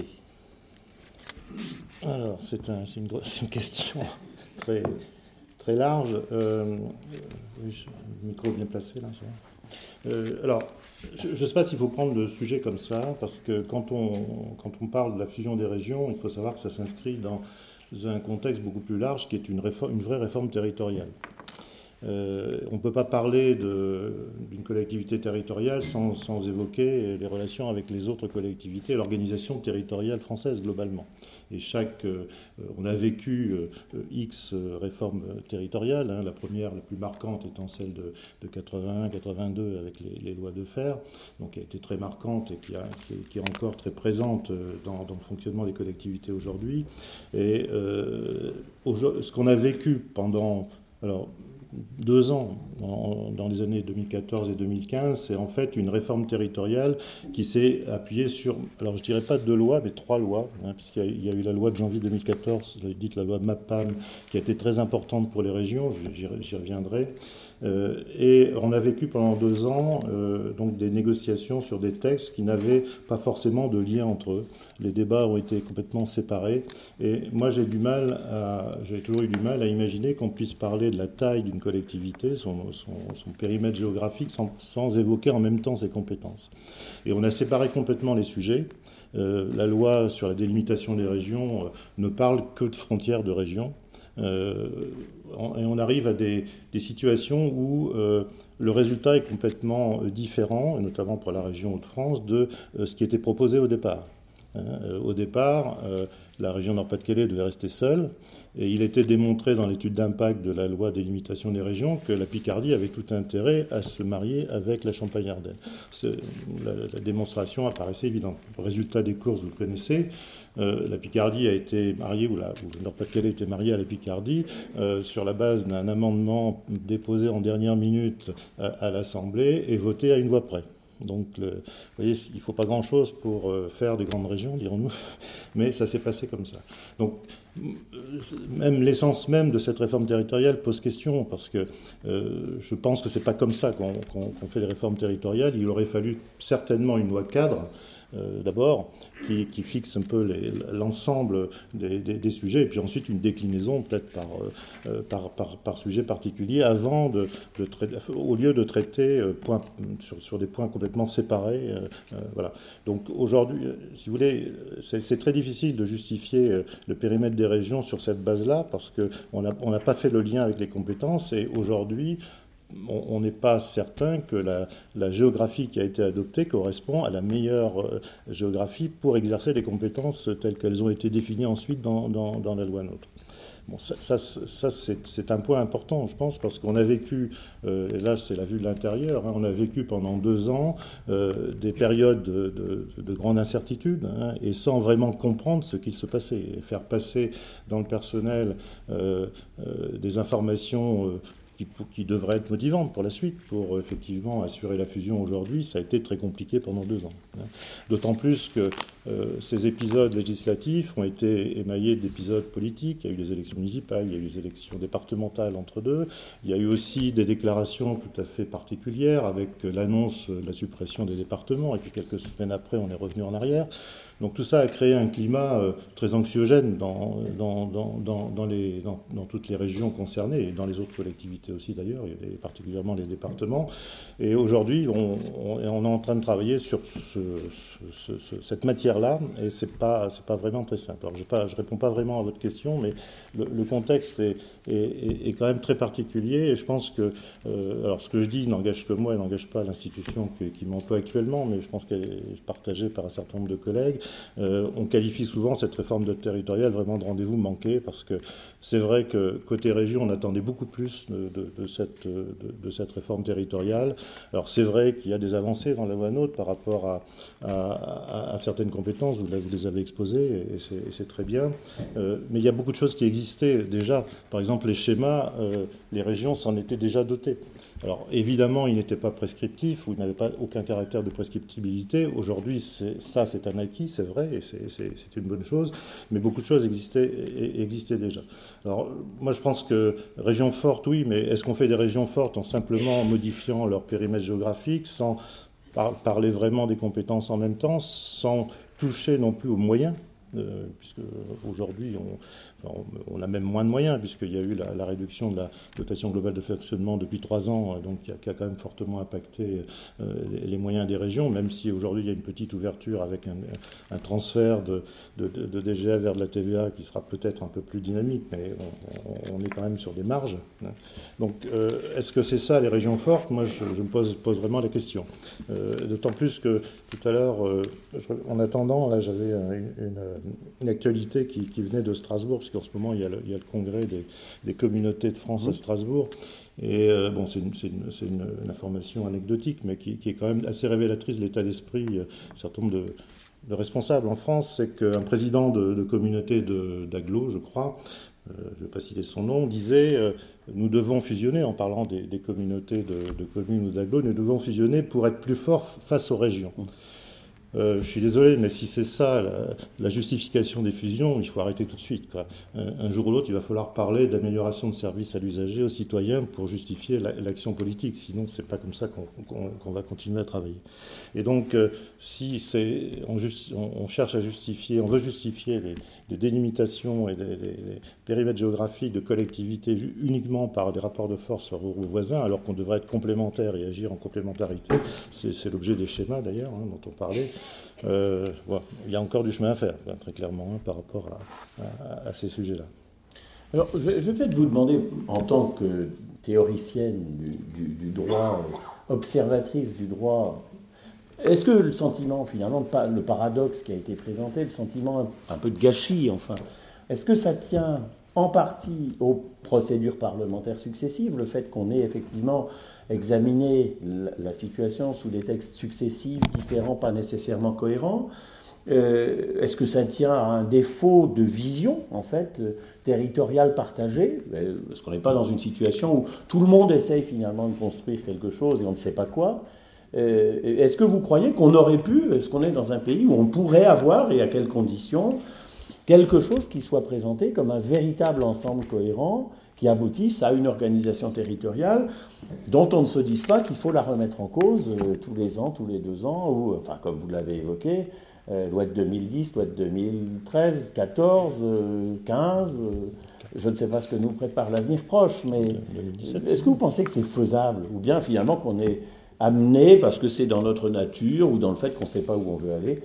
Alors, c'est une question très, très large. Le micro est bien placé, là, ça va. Alors, je ne sais pas s'il faut prendre le sujet comme ça, parce que quand on parle de la fusion des régions, il faut savoir que ça s'inscrit dans un contexte beaucoup plus large qui est une vraie réforme territoriale. On ne peut pas parler d'une collectivité territoriale sans évoquer les relations avec les autres collectivités et l'organisation territoriale française globalement. Et on a vécu X réformes territoriales, hein, la première, la plus marquante étant celle de 81-82 avec les lois de fer, donc qui a été très marquante et qui est encore très présente dans le fonctionnement des collectivités aujourd'hui. Et ce qu'on a vécu pendant... Alors, 2 ans, dans les années 2014 et 2015, c'est en fait une réforme territoriale qui s'est appuyée sur, alors je dirais pas 2 lois, mais 3 lois, hein, puisqu'il y a eu la loi de janvier 2014, dite la loi de MAPPAM, qui a été très importante pour les régions, j'y reviendrai. Et on a vécu pendant 2 ans donc des négociations sur des textes qui n'avaient pas forcément de lien entre eux. Les débats ont été complètement séparés. Et moi, j'ai toujours eu du mal à imaginer qu'on puisse parler de la taille d'une collectivité, son périmètre géographique, sans évoquer en même temps ses compétences. Et on a séparé complètement les sujets. La loi sur la délimitation des régions ne parle que de frontières de régions. Et on arrive à des situations où le résultat est complètement différent, notamment pour la région Hauts-de-France, de ce qui était proposé au départ. Au départ, la région Nord-Pas-de-Calais devait rester seule, et il était démontré dans l'étude d'impact de la loi délimitation des régions que la Picardie avait tout intérêt à se marier avec la Champagne-Ardenne. La démonstration apparaissait évidente. Le résultat des courses, vous le connaissez. La Picardie a été mariée, ou le Nord-Pas-de-Calais a été marié à la Picardie sur la base d'un amendement déposé en dernière minute à l'Assemblée et voté à une voix près. Donc, vous voyez, il ne faut pas grand-chose pour faire des grandes régions, dirons-nous, mais ça s'est passé comme ça. Donc, même l'essence même de cette réforme territoriale pose question, parce que je pense que ce n'est pas comme ça qu'on fait les réformes territoriales. Il aurait fallu certainement une loi cadre, d'abord, qui fixe un peu l'ensemble des sujets, et puis ensuite une déclinaison peut-être par sujet particulier, avant au lieu de traiter sur des points complètement séparés. Voilà. Donc aujourd'hui, si vous voulez, c'est très difficile de justifier le périmètre des régions sur cette base-là, parce qu'on n'a pas fait le lien avec les compétences, et aujourd'hui, on n'est pas certain que la géographie qui a été adoptée correspond à la meilleure géographie pour exercer les compétences telles qu'elles ont été définies ensuite dans la loi NOTRe. Bon, ça c'est un point important, je pense, parce qu'on a vécu, et là c'est la vue de l'intérieur, hein, on a vécu pendant 2 ans des périodes de grande incertitude, hein, et sans vraiment comprendre ce qu'il se passait. Et faire passer dans le personnel des informations qui devraient être motivantes pour la suite, pour effectivement assurer la fusion aujourd'hui, ça a été très compliqué pendant 2 ans. D'autant plus que ces épisodes législatifs ont été émaillés d'épisodes politiques. Il y a eu les élections municipales, il y a eu les élections départementales entre deux. Il y a eu aussi des déclarations tout à fait particulières avec l'annonce de la suppression des départements, et puis quelques semaines après, on est revenu en arrière. Donc tout ça a créé un climat très anxiogène dans toutes les régions concernées, et dans les autres collectivités aussi d'ailleurs, et particulièrement les départements. Et aujourd'hui, on est en train de travailler sur cette matière-là, et c'est pas vraiment très simple. Alors je réponds pas vraiment à votre question, mais le contexte est quand même très particulier, et je pense que alors ce que je dis n'engage que moi et n'engage pas l'institution qui m'emploie actuellement, mais je pense qu'elle est partagée par un certain nombre de collègues. On qualifie souvent cette réforme territoriale vraiment de rendez-vous manqué, parce que c'est vrai que côté région, on attendait beaucoup plus de cette réforme territoriale. Alors c'est vrai qu'il y a des avancées dans la loi NOTRe par rapport à certaines compétences, vous les avez exposées, et c'est très bien. Mais il y a beaucoup de choses qui existaient déjà. Par exemple, les schémas, les régions s'en étaient déjà dotées. Alors évidemment, ils n'étaient pas prescriptifs, ou ils n'avaient pas aucun caractère de prescriptibilité. Aujourd'hui, c'est un acquis, c'est vrai, et c'est une bonne chose, mais beaucoup de choses existaient déjà. Alors moi, je pense que régions fortes, oui, mais est-ce qu'on fait des régions fortes en simplement modifiant leur périmètre géographique, sans parler vraiment des compétences en même temps, sans toucher non plus aux moyens, puisque aujourd'hui, on a même moins de moyens, puisqu'il y a eu la réduction de la dotation globale de fonctionnement depuis 3 ans, donc qui a quand même fortement impacté les moyens des régions, même si aujourd'hui il y a une petite ouverture avec un transfert de DGF vers de la TVA qui sera peut-être un peu plus dynamique, mais on est quand même sur des marges. Donc est-ce que c'est ça les régions fortes? Moi je me pose vraiment la question. D'autant plus que tout à l'heure, en attendant, là j'avais une actualité qui venait de Strasbourg, parce qu'en ce moment il y a le congrès des communautés de France à Strasbourg. Et bon, c'est une information anecdotique, mais qui est quand même assez révélatrice de l'état d'esprit d'un certain nombre de responsables en France. C'est qu'un président de communauté d'agglo, je crois, je ne vais pas citer son nom, disait nous devons fusionner, en parlant des communautés de communes ou d'agglo, nous devons fusionner pour être plus forts face aux régions. Je suis désolé, mais si c'est ça la justification des fusions, il faut arrêter tout de suite, quoi. Un jour ou l'autre, il va falloir parler d'amélioration de services à l'usager, aux citoyens, pour justifier l'action politique. Sinon, c'est pas comme ça qu'on va continuer à travailler. Et donc, si on cherche à justifier, on veut justifier les délimitations et les périmètres géographiques de collectivités uniquement par des rapports de force aux voisins, alors qu'on devrait être complémentaires et agir en complémentarité, c'est l'objet des schémas d'ailleurs, dont on parlait. Voilà. Il y a encore du chemin à faire, très clairement, par rapport à ces sujets-là. Alors, je vais peut-être vous demander, en tant que théoricienne du droit, observatrice du droit, est-ce que le sentiment, finalement, le paradoxe qui a été présenté, le sentiment un peu de gâchis, enfin, est-ce que ça tient en partie aux procédures parlementaires successives, le fait qu'on ait effectivement examiner la situation sous des textes successifs, différents, pas nécessairement cohérents? Est-ce que ça tient à un défaut de vision, en fait, territoriale partagée? Parce qu'on n'est pas dans une situation où tout le monde essaye finalement de construire quelque chose et on ne sait pas quoi. Est-ce que vous croyez qu'on aurait pu, est-ce qu'on est dans un pays où on pourrait avoir, et à quelles conditions, quelque chose qui soit présenté comme un véritable ensemble cohérent, qui aboutissent à une organisation territoriale dont on ne se dise pas qu'il faut la remettre en cause tous les ans, tous les 2 ans, ou, enfin, comme vous l'avez évoqué, loi de 2010, loi de 2013, 14, 15, je ne sais pas ce que nous prépare l'avenir proche, mais est-ce que vous pensez que c'est faisable? Ou bien finalement qu'on est amené, parce que c'est dans notre nature, ou dans le fait qu'on ne sait pas où on veut aller,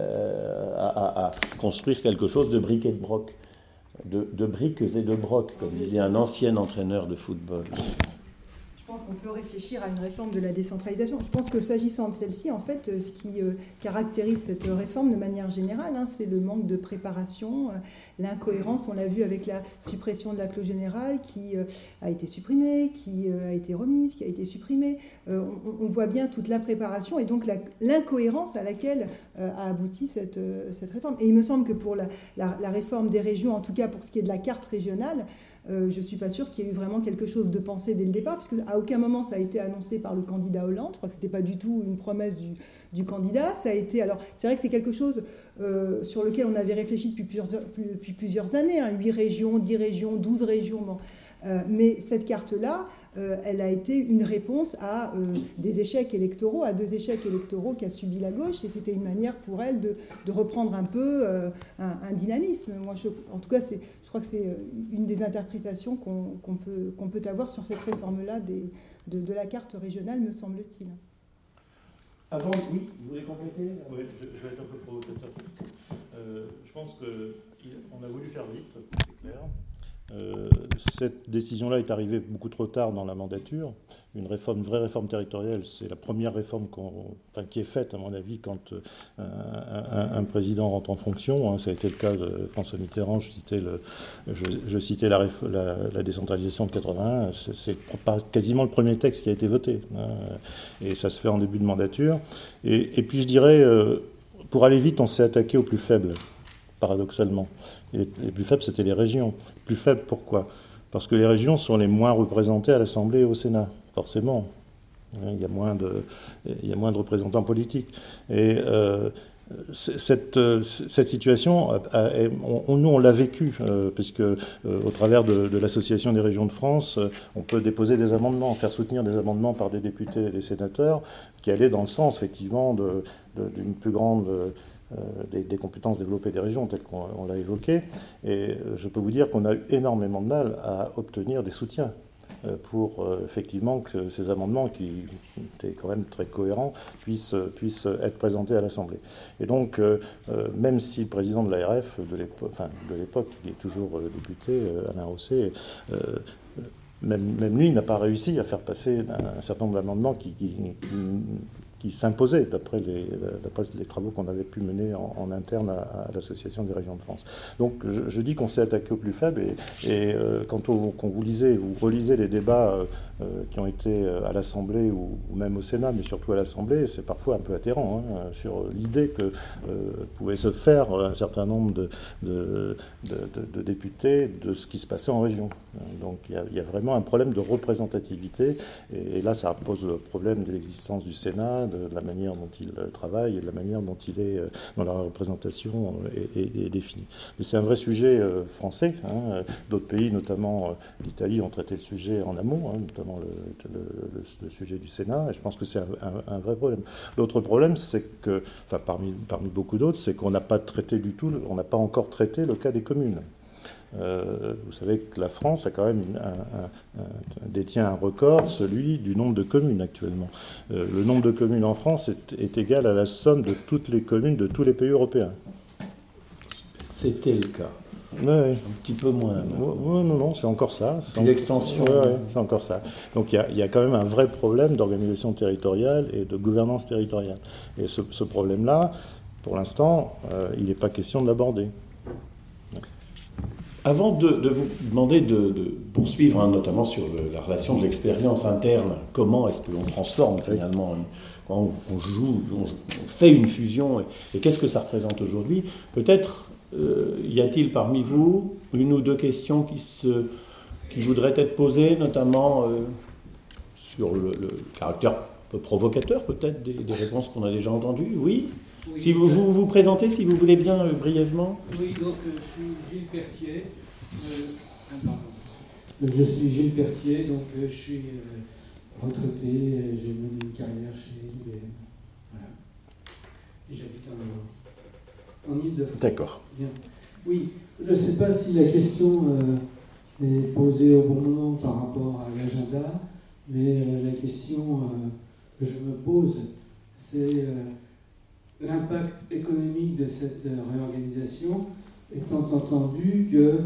à construire quelque chose de briques et de broc? De briques et de brocs, comme disait un ancien entraîneur de football. Je pense qu'on peut réfléchir à une réforme de la décentralisation. Je pense que s'agissant de celle-ci, en fait, ce qui caractérise cette réforme de manière générale, c'est le manque de préparation, l'incohérence. On l'a vu avec la suppression de la clause générale qui a été supprimée, qui a été remise, qui a été supprimée. On voit bien toute la préparation et donc l'incohérence à laquelle a abouti cette réforme. Et il me semble que pour la réforme des régions, en tout cas pour ce qui est de la carte régionale, je ne suis pas sûre qu'il y ait eu vraiment quelque chose de pensé dès le départ, puisque à aucun moment ça a été annoncé par le candidat Hollande. Je crois que ce n'était pas du tout une promesse du candidat. Ça a été, alors, c'est vrai que c'est quelque chose sur lequel on avait réfléchi depuis plusieurs années, 8 régions, 10 régions, 12 régions. Bon. Mais cette carte-là, elle a été une réponse à des échecs électoraux, à 2 échecs électoraux qu'a subi la gauche, et c'était une manière pour elle de reprendre un peu un dynamisme. Moi, en tout cas, je crois que c'est une des interprétations qu'on peut avoir sur cette réforme-là de la carte régionale, me semble-t-il. Avant, oui, vous voulez compléter? Oui, je vais être un peu provocateur. Je pense qu'on a voulu faire vite, c'est clair. Cette décision-là est arrivée beaucoup trop tard dans la mandature. Une vraie réforme territoriale, c'est la première réforme qui est faite, à mon avis, quand un président rentre en fonction. Ça a été le cas de François Mitterrand. Je citais la décentralisation de 81. C'est quasiment le premier texte qui a été voté. Et ça se fait en début de mandature. Et puis je dirais, pour aller vite, on s'est attaqué aux plus faibles, paradoxalement. Et les plus faibles, c'était les régions. Plus faibles, pourquoi? Parce que les régions sont les moins représentées à l'Assemblée et au Sénat, forcément. Il y a moins de représentants politiques. Et cette situation, nous, on l'a vécue, puisque au travers de l'Association des régions de France, on peut déposer des amendements, faire soutenir des amendements par des députés et des sénateurs qui allaient dans le sens, effectivement, d'une plus grande des compétences développées des régions, tel qu'on l'a évoqué. Et je peux vous dire qu'on a eu énormément de mal à obtenir des soutiens pour effectivement que ces amendements, qui étaient quand même très cohérents, puissent être présentés à l'Assemblée. Et donc, même si le président de l'ARF de l'époque, qui est toujours député, Alain Rosset, même lui n'a pas réussi à faire passer un certain nombre d'amendements qui s'imposaient d'après les travaux qu'on avait pu mener en interne à l'Association des régions de France. Donc je dis qu'on s'est attaqué au plus faible, et quand vous relisez les débats qui ont été à l'Assemblée ou même au Sénat, mais surtout à l'Assemblée, c'est parfois un peu atterrant sur l'idée que pouvait se faire un certain nombre de députés de ce qui se passait en région. Donc il y a vraiment un problème de représentativité, et là ça pose le problème de l'existence du Sénat, de la manière dont il travaille et de la manière dont la représentation est définie. Mais c'est un vrai sujet français. D'autres pays, notamment l'Italie, ont traité le sujet en amont, notamment le sujet du Sénat, et je pense que c'est un vrai problème. L'autre problème, c'est que, parmi beaucoup d'autres, c'est qu'on n'a pas traité du tout, on n'a pas encore traité le cas des communes. Vous savez que la France a quand même détient un record, celui du nombre de communes actuellement. Le nombre de communes en France est égal à la somme de toutes les communes de tous les pays européens. C'était le cas. Ouais. Un petit peu moins. Non, c'est encore ça. L'extension. C'est encore ça. Donc il y a quand même un vrai problème d'organisation territoriale et de gouvernance territoriale. Et ce problème-là, pour l'instant, il n'est pas question de l'aborder. Avant de vous demander de poursuivre, notamment sur la relation de l'expérience interne, comment est-ce que l'on transforme finalement, quand on fait une fusion, et qu'est-ce que ça représente aujourd'hui, peut-être y a-t-il parmi vous une ou deux questions qui voudraient être posées, notamment sur le caractère un peu provocateur peut-être des réponses qu'on a déjà entendues? Oui. Oui, si vous présentez, si vous voulez bien, brièvement. Oui, donc je suis Gilles Pertier. Je suis Gilles Pertier, donc je suis retraité, j'ai mené une carrière chez IBM. Voilà. Et j'habite en Île-de-France. D'accord. Bien. Oui, je ne sais pas si la question est posée au bon moment par rapport à l'agenda, mais la question que je me pose, c'est l'impact économique de cette réorganisation, étant entendu que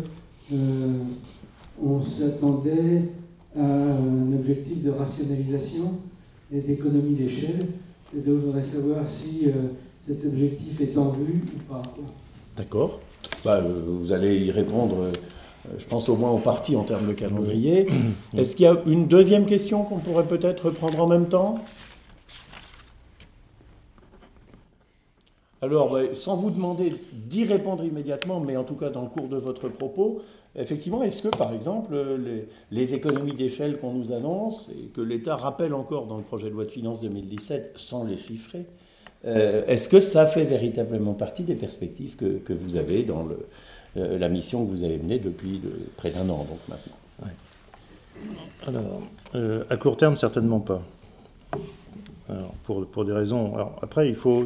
on s'attendait à un objectif de rationalisation et d'économie d'échelle. Et donc je voudrais savoir si cet objectif est en vue ou pas. D'accord. Vous allez y répondre, je pense au moins en partie en termes de calendrier. Est-ce qu'il y a une deuxième question qu'on pourrait peut-être prendre en même temps ? Alors, sans vous demander d'y répondre immédiatement, mais en tout cas dans le cours de votre propos, effectivement, est-ce que, par exemple, les économies d'échelle qu'on nous annonce, et que l'État rappelle encore dans le projet de loi de finances 2017, sans les chiffrer, est-ce que ça fait véritablement partie des perspectives que vous avez dans la mission que vous avez menée depuis près d'un an, donc maintenant? Ouais. Alors, à court terme, certainement pas. Alors, pour des raisons. Alors, après, il faut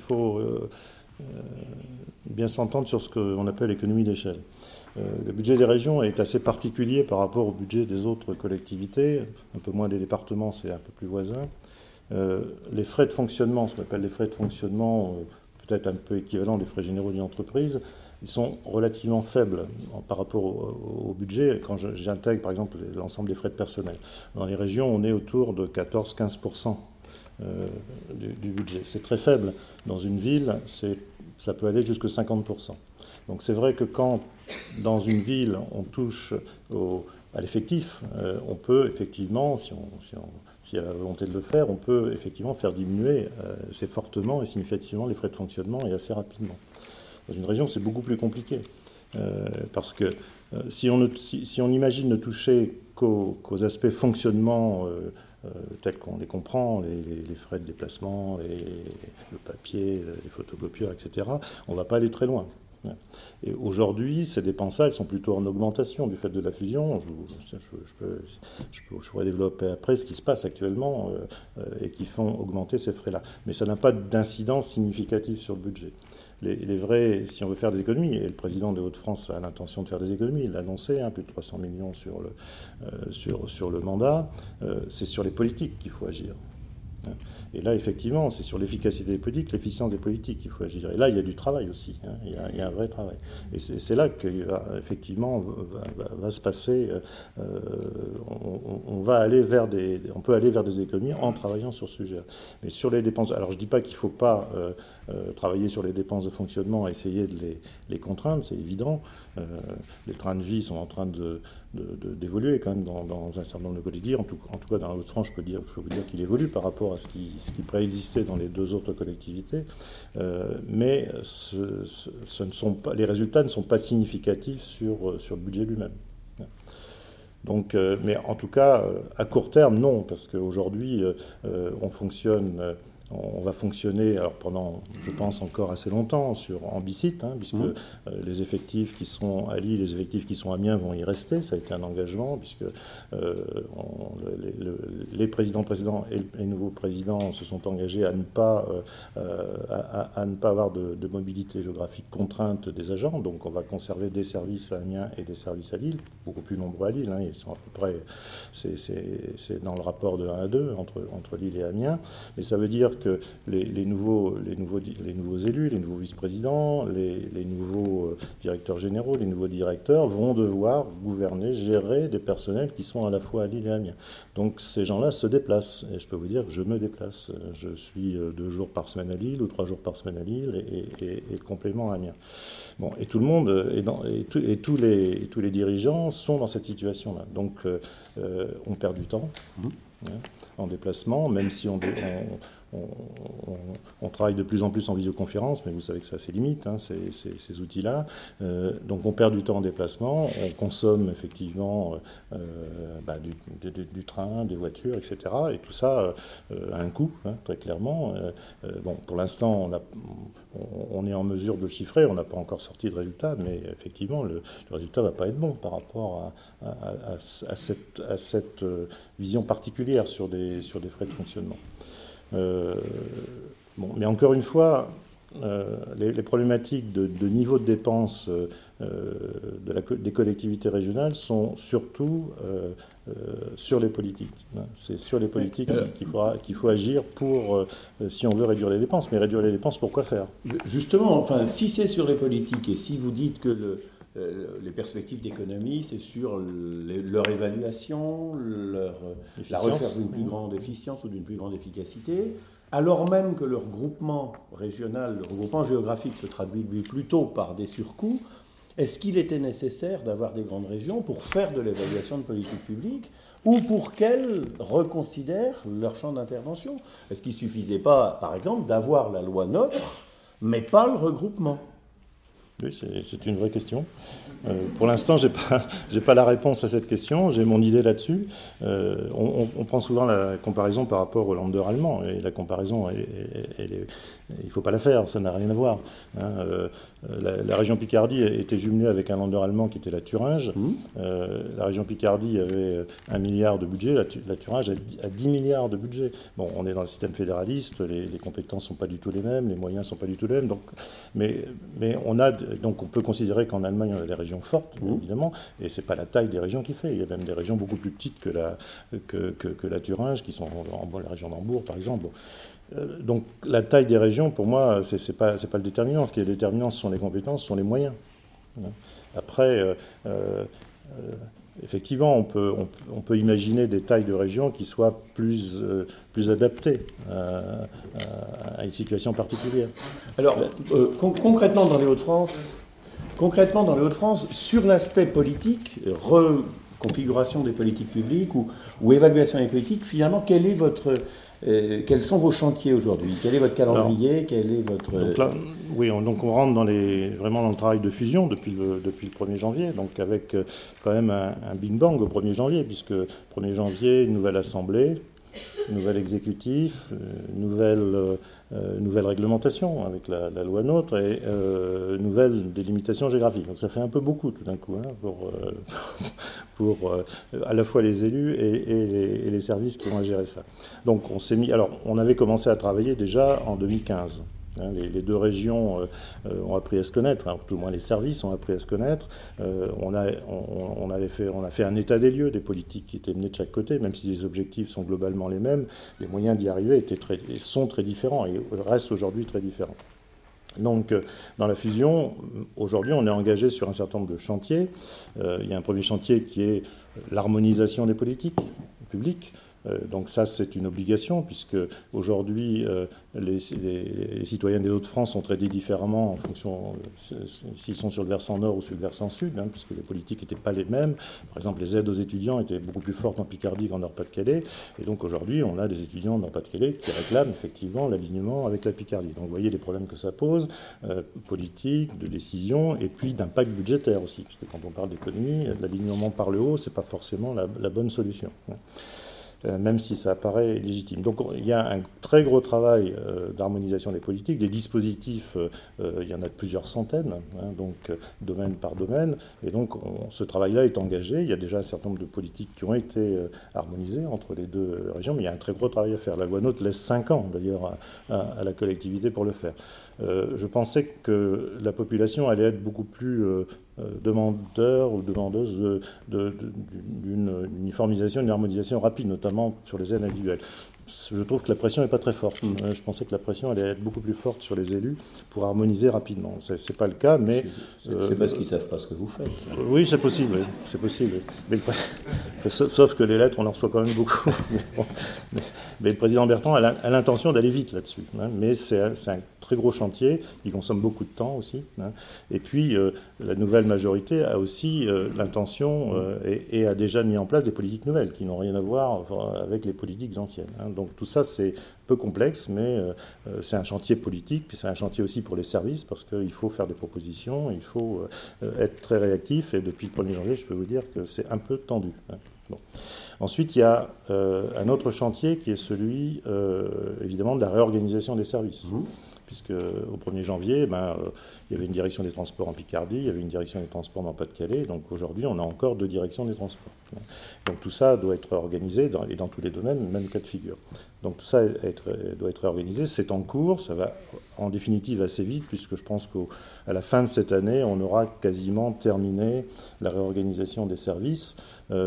bien s'entendre sur ce qu'on appelle l'économie d'échelle. Le budget des régions est assez particulier par rapport au budget des autres collectivités, un peu moins des départements, c'est un peu plus voisin. Les frais de fonctionnement, ce qu'on appelle les frais de fonctionnement, peut-être un peu équivalents des frais généraux d'une entreprise, ils sont relativement faibles par rapport au budget. Quand j'intègre par exemple l'ensemble des frais de personnel. Dans les régions, on est autour de 14-15%. Du budget. C'est très faible. Dans une ville, ça peut aller jusqu'à 50%. Donc c'est vrai que quand, dans une ville, on touche à l'effectif, on peut effectivement, s'il y a la volonté de le faire, on peut effectivement faire diminuer assez fortement et significativement les frais de fonctionnement et assez rapidement. Dans une région, c'est beaucoup plus compliqué. Parce que si on imagine ne toucher qu'aux aspects fonctionnement tels qu'on les comprend, les frais de déplacement, le papier, les photocopieurs, etc., on ne va pas aller très loin. Et aujourd'hui, ces dépenses-là, elles sont plutôt en augmentation du fait de la fusion. Je pourrais développer après ce qui se passe actuellement et qui font augmenter ces frais-là. Mais ça n'a pas d'incidence significative sur le budget. Les vrais, si on veut faire des économies, et le président des Hauts-de-France a l'intention de faire des économies, il l'a annoncé, plus de 300 millions sur le mandat, c'est sur les politiques qu'il faut agir. Et là, effectivement, c'est sur l'efficacité des politiques, l'efficience des politiques qu'il faut agir. Et là, il y a du travail aussi. Il y a un vrai travail. Et c'est là qu'effectivement va se passer. On peut aller vers des économies en travaillant sur ce sujet. Mais sur les dépenses, alors je ne dis pas qu'il ne faut pas travailler sur les dépenses de fonctionnement, essayer de les contraindre, c'est évident. Les trains de vie sont en train d'évoluer quand même dans un certain nombre de collectivités. En tout cas, dans la Haute-France, je peux vous dire qu'il évolue par rapport à ce qui préexistait dans les deux autres collectivités. Mais les résultats ne sont pas significatifs sur le budget lui-même. Donc, mais en tout cas, à court terme, non, parce qu'aujourd'hui, on va fonctionner pendant, je pense, encore assez longtemps en bicite, puisque les effectifs qui sont à Lille, les effectifs qui sont à Amiens vont y rester. Ça a été un engagement, puisque les présidents précédents et les nouveaux présidents se sont engagés à ne pas avoir de mobilité géographique contrainte des agents. Donc on va conserver des services à Amiens et des services à Lille, beaucoup plus nombreux à Lille. Ils sont à peu près, c'est dans le rapport de 1 à 2 entre Lille et Amiens. Mais ça veut dire que les nouveaux élus, les nouveaux vice-présidents, les nouveaux directeurs généraux, les nouveaux directeurs vont devoir gouverner, gérer des personnels qui sont à la fois à Lille et à Amiens. Donc ces gens-là se déplacent. Et je peux vous dire que je me déplace. Je suis 2 jours par semaine à Lille ou 3 jours par semaine à Lille et le complément à Amiens. Bon, et tout le monde, et tous les dirigeants sont dans cette situation-là. Donc on perd du temps en déplacement, même si on travaille de plus en plus en visioconférence, mais vous savez que ça a ses limites, ces outils-là. Donc on perd du temps en déplacement, on consomme effectivement du train, des voitures, etc. Et tout ça a un coût, très clairement. Pour l'instant, on est en mesure de le chiffrer, on n'a pas encore sorti de résultat, mais effectivement, le résultat ne va pas être bon par rapport à cette vision particulière sur des frais de fonctionnement. Mais encore une fois, les problématiques de niveau de dépenses des collectivités régionales sont surtout sur les politiques. C'est sur les politiques qu'il faut agir si on veut réduire les dépenses. Mais réduire les dépenses, pour quoi faire ? Justement, si c'est sur les politiques et si vous dites que les perspectives d'économie, c'est sur leur évaluation, la recherche d'une plus grande efficience ou d'une plus grande efficacité, alors même que le regroupement régional, le regroupement géographique se traduit plutôt par des surcoûts. Est-ce qu'il était nécessaire d'avoir des grandes régions pour faire de l'évaluation de politique publique ou pour qu'elles reconsidèrent leur champ d'intervention ? Est-ce qu'il ne suffisait pas, par exemple, d'avoir la loi NOTRe, mais pas le regroupement ? Oui, c'est une vraie question. Pour l'instant, j'ai pas la réponse à cette question. J'ai mon idée là-dessus. On prend souvent la comparaison par rapport au Länder allemand. Et la comparaison, il ne faut pas la faire. Ça n'a rien à voir. La région Picardie était jumelée avec un Länder allemand qui était la Thuringe. La région Picardie avait 1 milliard de budget. La Thuringe a 10 milliards de budget. Bon, on est dans un système fédéraliste. Les compétences ne sont pas du tout les mêmes. Les moyens ne sont pas du tout les mêmes. Donc on peut considérer qu'en Allemagne, on a des régions fortes, évidemment, et ce n'est pas la taille des régions qui fait. Il y a même des régions beaucoup plus petites que la Thuringe, qui sont la région d'Hambourg, par exemple. Donc la taille des régions, pour moi, ce n'est pas le déterminant. Ce qui est déterminant, ce sont les compétences, ce sont les moyens. Après, effectivement, on peut imaginer des tailles de régions qui soient plus adaptées à une situation particulière. Alors, concrètement dans les Hauts-de-France, sur l'aspect politique, reconfiguration des politiques publiques ou évaluation des politiques, finalement, quels sont vos chantiers aujourd'hui ? Quel est votre calendrier ? Donc là, oui, on rentre vraiment dans le travail de fusion depuis le 1er janvier, donc avec quand même un big bang au 1er janvier, puisque 1er janvier, une nouvelle assemblée, nouvel exécutif, nouvelle réglementation avec la loi NOTRe et nouvelle délimitation géographique. Donc ça fait un peu beaucoup tout d'un coup pour à la fois les élus et les services qui vont gérer ça. Donc on s'est mis. Alors on avait commencé à travailler déjà en 2015. Les deux régions ont appris à se connaître, tout au moins les services ont appris à se connaître. On a fait un état des lieux des politiques qui étaient menées de chaque côté, même si les objectifs sont globalement les mêmes, les moyens d'y arriver sont très différents et restent aujourd'hui très différents. Donc, dans la fusion, aujourd'hui, on est engagé sur un certain nombre de chantiers. Il y a un premier chantier qui est l'harmonisation des politiques publiques. Donc ça, c'est une obligation, puisque aujourd'hui, les citoyens des Hauts-de-France sont traités différemment en fonction s'ils sont sur le versant nord ou sur le versant sud, puisque les politiques n'étaient pas les mêmes. Par exemple, les aides aux étudiants étaient beaucoup plus fortes en Picardie qu'en Nord-Pas-de-Calais. Et donc aujourd'hui, on a des étudiants en Nord-Pas-de-Calais qui réclament effectivement l'alignement avec la Picardie. Donc vous voyez les problèmes que ça pose, politique, de décision, et puis d'impact budgétaire aussi, parce que quand on parle d'économie, l'alignement par le haut, c'est pas forcément la bonne solution. Même si ça apparaît légitime. Donc il y a un très gros travail d'harmonisation des politiques, des dispositifs, il y en a plusieurs centaines, donc domaine par domaine, et donc ce travail-là est engagé. Il y a déjà un certain nombre de politiques qui ont été harmonisées entre les deux régions, mais il y a un très gros travail à faire. La loi NOTRe laisse 5 ans d'ailleurs à la collectivité pour le faire. Je pensais que la population allait être beaucoup plus demandeur ou demandeuse d'une uniformisation, d'une harmonisation rapide, notamment sur les aides individuelles. Je trouve que la pression n'est pas très forte. Je pensais que la pression allait être beaucoup plus forte sur les élus pour harmoniser rapidement. C'est pas le cas, mais... C'est parce qu'ils ne savent pas ce que vous faites. Ça. Oui, c'est possible. C'est possible. Mais sauf que les lettres, on en reçoit quand même beaucoup. Mais le président Bertrand a l'intention d'aller vite là-dessus. Mais c'est un très gros chantier qui consomme beaucoup de temps aussi. Et puis, la nouvelle majorité a aussi l'intention et a déjà mis en place des politiques nouvelles qui n'ont rien à voir avec les politiques anciennes. Donc tout ça, c'est un peu complexe, mais c'est un chantier politique, puis c'est un chantier aussi pour les services, parce qu'il faut faire des propositions, il faut être très réactif, et depuis le 1er janvier, je peux vous dire que c'est un peu tendu. Bon. Ensuite, il y a un autre chantier qui est celui, évidemment, de la réorganisation des services. Puisque au 1er janvier, il y avait une direction des transports en Picardie, il y avait une direction des transports dans Pas-de-Calais, donc aujourd'hui on a encore 2 directions des transports. Donc tout ça doit être organisé, et dans tous les domaines, même cas de figure. Donc tout ça doit être organisé, c'est en cours, ça va en définitive assez vite, puisque je pense qu'à la fin de cette année, on aura quasiment terminé la réorganisation des services,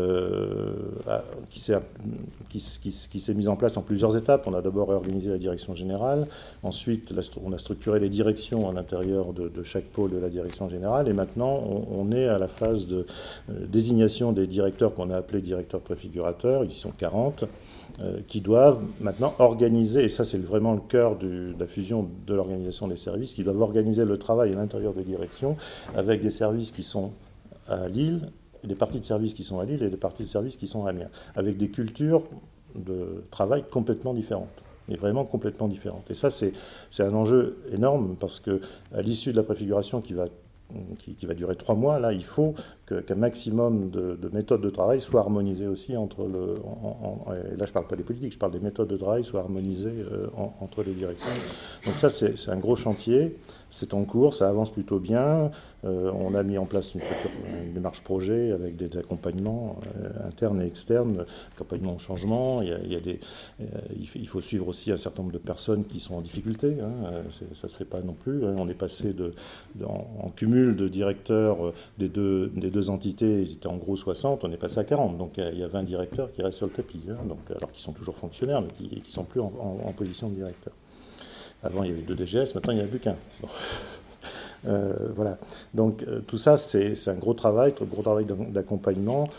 qui s'est mise en place en plusieurs étapes. On a d'abord réorganisé la direction générale, ensuite on a structuré les directions à l'intérieur de chaque pôle de la direction générale, et maintenant on est à la phase de désignation des directeurs qu'on a appelés directeurs préfigurateurs, ils sont 40, qui doivent maintenant organiser, et ça c'est vraiment le cœur de la fusion de l'organisation des services, qui doivent organiser le travail à l'intérieur des directions avec des services qui sont à Lille, des parties de services qui sont à Lille et des parties de services qui sont à Amiens, avec des cultures de travail complètement différentes. Et vraiment complètement différentes. Et ça, c'est un enjeu énorme, parce qu'à l'issue de la préfiguration qui va durer 3 mois, là, il faut qu'un maximum de méthodes de travail soient harmonisées aussi entre et là je ne parle pas des politiques, je parle des méthodes de travail soient harmonisées entre les directions. Donc ça, c'est un gros chantier, c'est en cours, ça avance plutôt bien. On a mis en place une démarche projet avec des accompagnements internes et externes, accompagnement au changement. Il faut suivre aussi un certain nombre de personnes qui sont en difficulté. Ça ne se fait pas non plus. On est passé en cumul de directeurs des deux entités, ils étaient en gros 60, on est passé à 40. Donc il y a 20 directeurs qui restent sur le tapis, alors qu'ils sont toujours fonctionnaires, mais qui ne sont plus en position de directeur. Avant, il y avait 2 DGS, maintenant, il n'y en a plus qu'un. Bon. Voilà. Donc tout ça, c'est un gros travail d'accompagnement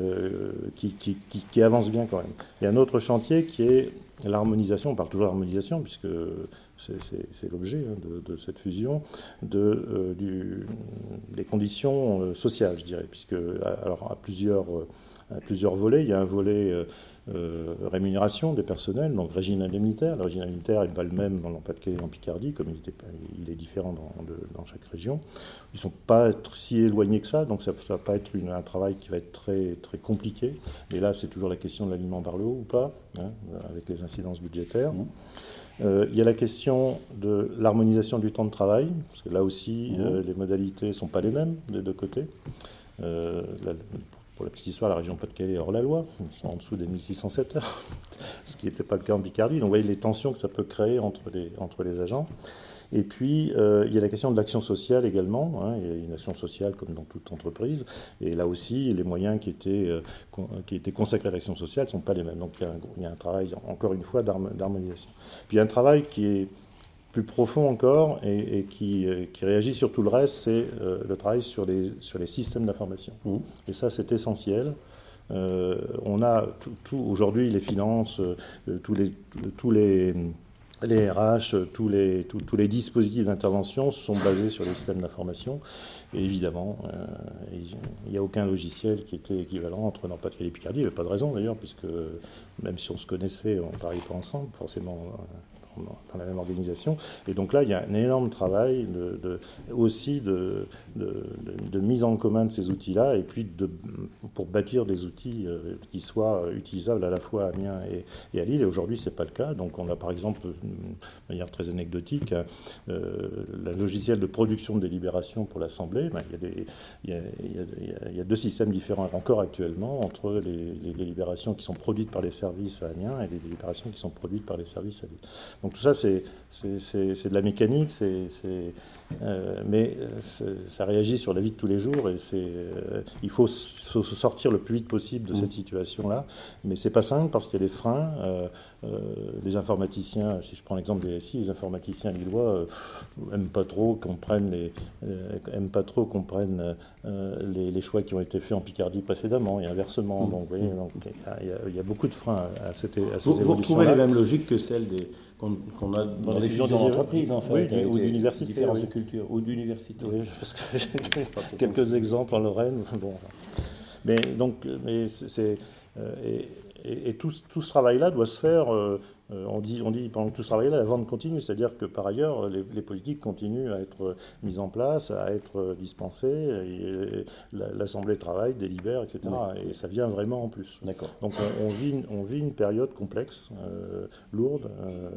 qui avance bien quand même. Il y a un autre chantier qui est l'harmonisation. On parle toujours d'harmonisation puisque c'est l'objet de cette fusion, des conditions sociales, je dirais, puisque alors à plusieurs plusieurs volets. Il y a un volet rémunération des personnels, donc régime indemnitaire. Le régime indemnitaire n'est pas le même dans le Pas-de-Calais et en Picardie, comme il est différent dans chaque région. Ils ne sont pas si éloignés que ça, donc ça ne va pas être un travail qui va être très, très compliqué. Et là, c'est toujours la question de l'alignement par le haut ou pas, avec les incidences budgétaires. Il y a la question de l'harmonisation du temps de travail, parce que là aussi, les modalités ne sont pas les mêmes des deux côtés. Pour la petite histoire, la région Pas-de-Calais est hors la loi, ils sont en dessous des 1607 heures, ce qui n'était pas le cas en Picardie. Donc vous voyez les tensions que ça peut créer entre les agents. Et puis, il y a la question de l'action sociale également. Il y a une action sociale comme dans toute entreprise. Et là aussi, les moyens qui étaient consacrés à l'action sociale ne sont pas les mêmes. Donc il y a un travail, encore une fois, d'harmonisation. Puis il y a un travail qui est plus profond encore et qui réagit sur tout le reste, c'est le travail sur les systèmes d'information. Et ça, c'est essentiel. On a aujourd'hui les finances, tous les RH, tous les dispositifs d'intervention sont basés sur les systèmes d'information. Et évidemment, il n'y a aucun logiciel qui était équivalent entre Nord-Pas-de-Calais et Picardie. Il n'y avait pas de raison d'ailleurs, puisque même si on se connaissait, on ne travaillait pas ensemble, forcément dans la même organisation. Et donc là, il y a un énorme travail aussi de mise en commun de ces outils-là, et puis pour bâtir des outils qui soient utilisables à la fois à Amiens et à Lille. Et aujourd'hui, ce n'est pas le cas. Donc on a par exemple, de manière très anecdotique, le logiciel de production de délibération pour l'Assemblée. Il y a deux systèmes différents encore actuellement entre les délibérations qui sont produites par les services à Amiens et les délibérations qui sont produites par les services à Lille. Donc tout ça, c'est de la mécanique, mais ça réagit sur la vie de tous les jours et il faut se sortir le plus vite possible de cette situation-là. Mais c'est pas simple parce qu'il y a des freins. Les informaticiens, si je prends l'exemple des SI, les informaticiens lillois n'aiment pas trop qu'on prenne les choix qui ont été faits en Picardie précédemment et inversement. Donc, vous voyez, il y a beaucoup de freins à ces évolutions-là. Vous retrouvez les mêmes logiques que celles qu'on a dans les fusions d'entreprises, en fait, oui, ou d'universités. Différences de culture, ou d'université. Oui, parce que j'ai quelques exemples en Lorraine. Bon. Et tout ce travail-là doit se faire, on dit pendant tout ce travail-là, la vente continue, c'est-à-dire que par ailleurs, les politiques continuent à être mises en place, à être dispensées, et l'Assemblée travaille, délibère, etc. Oui. Et ça vient vraiment en plus. D'accord. Donc on vit une période complexe, lourde,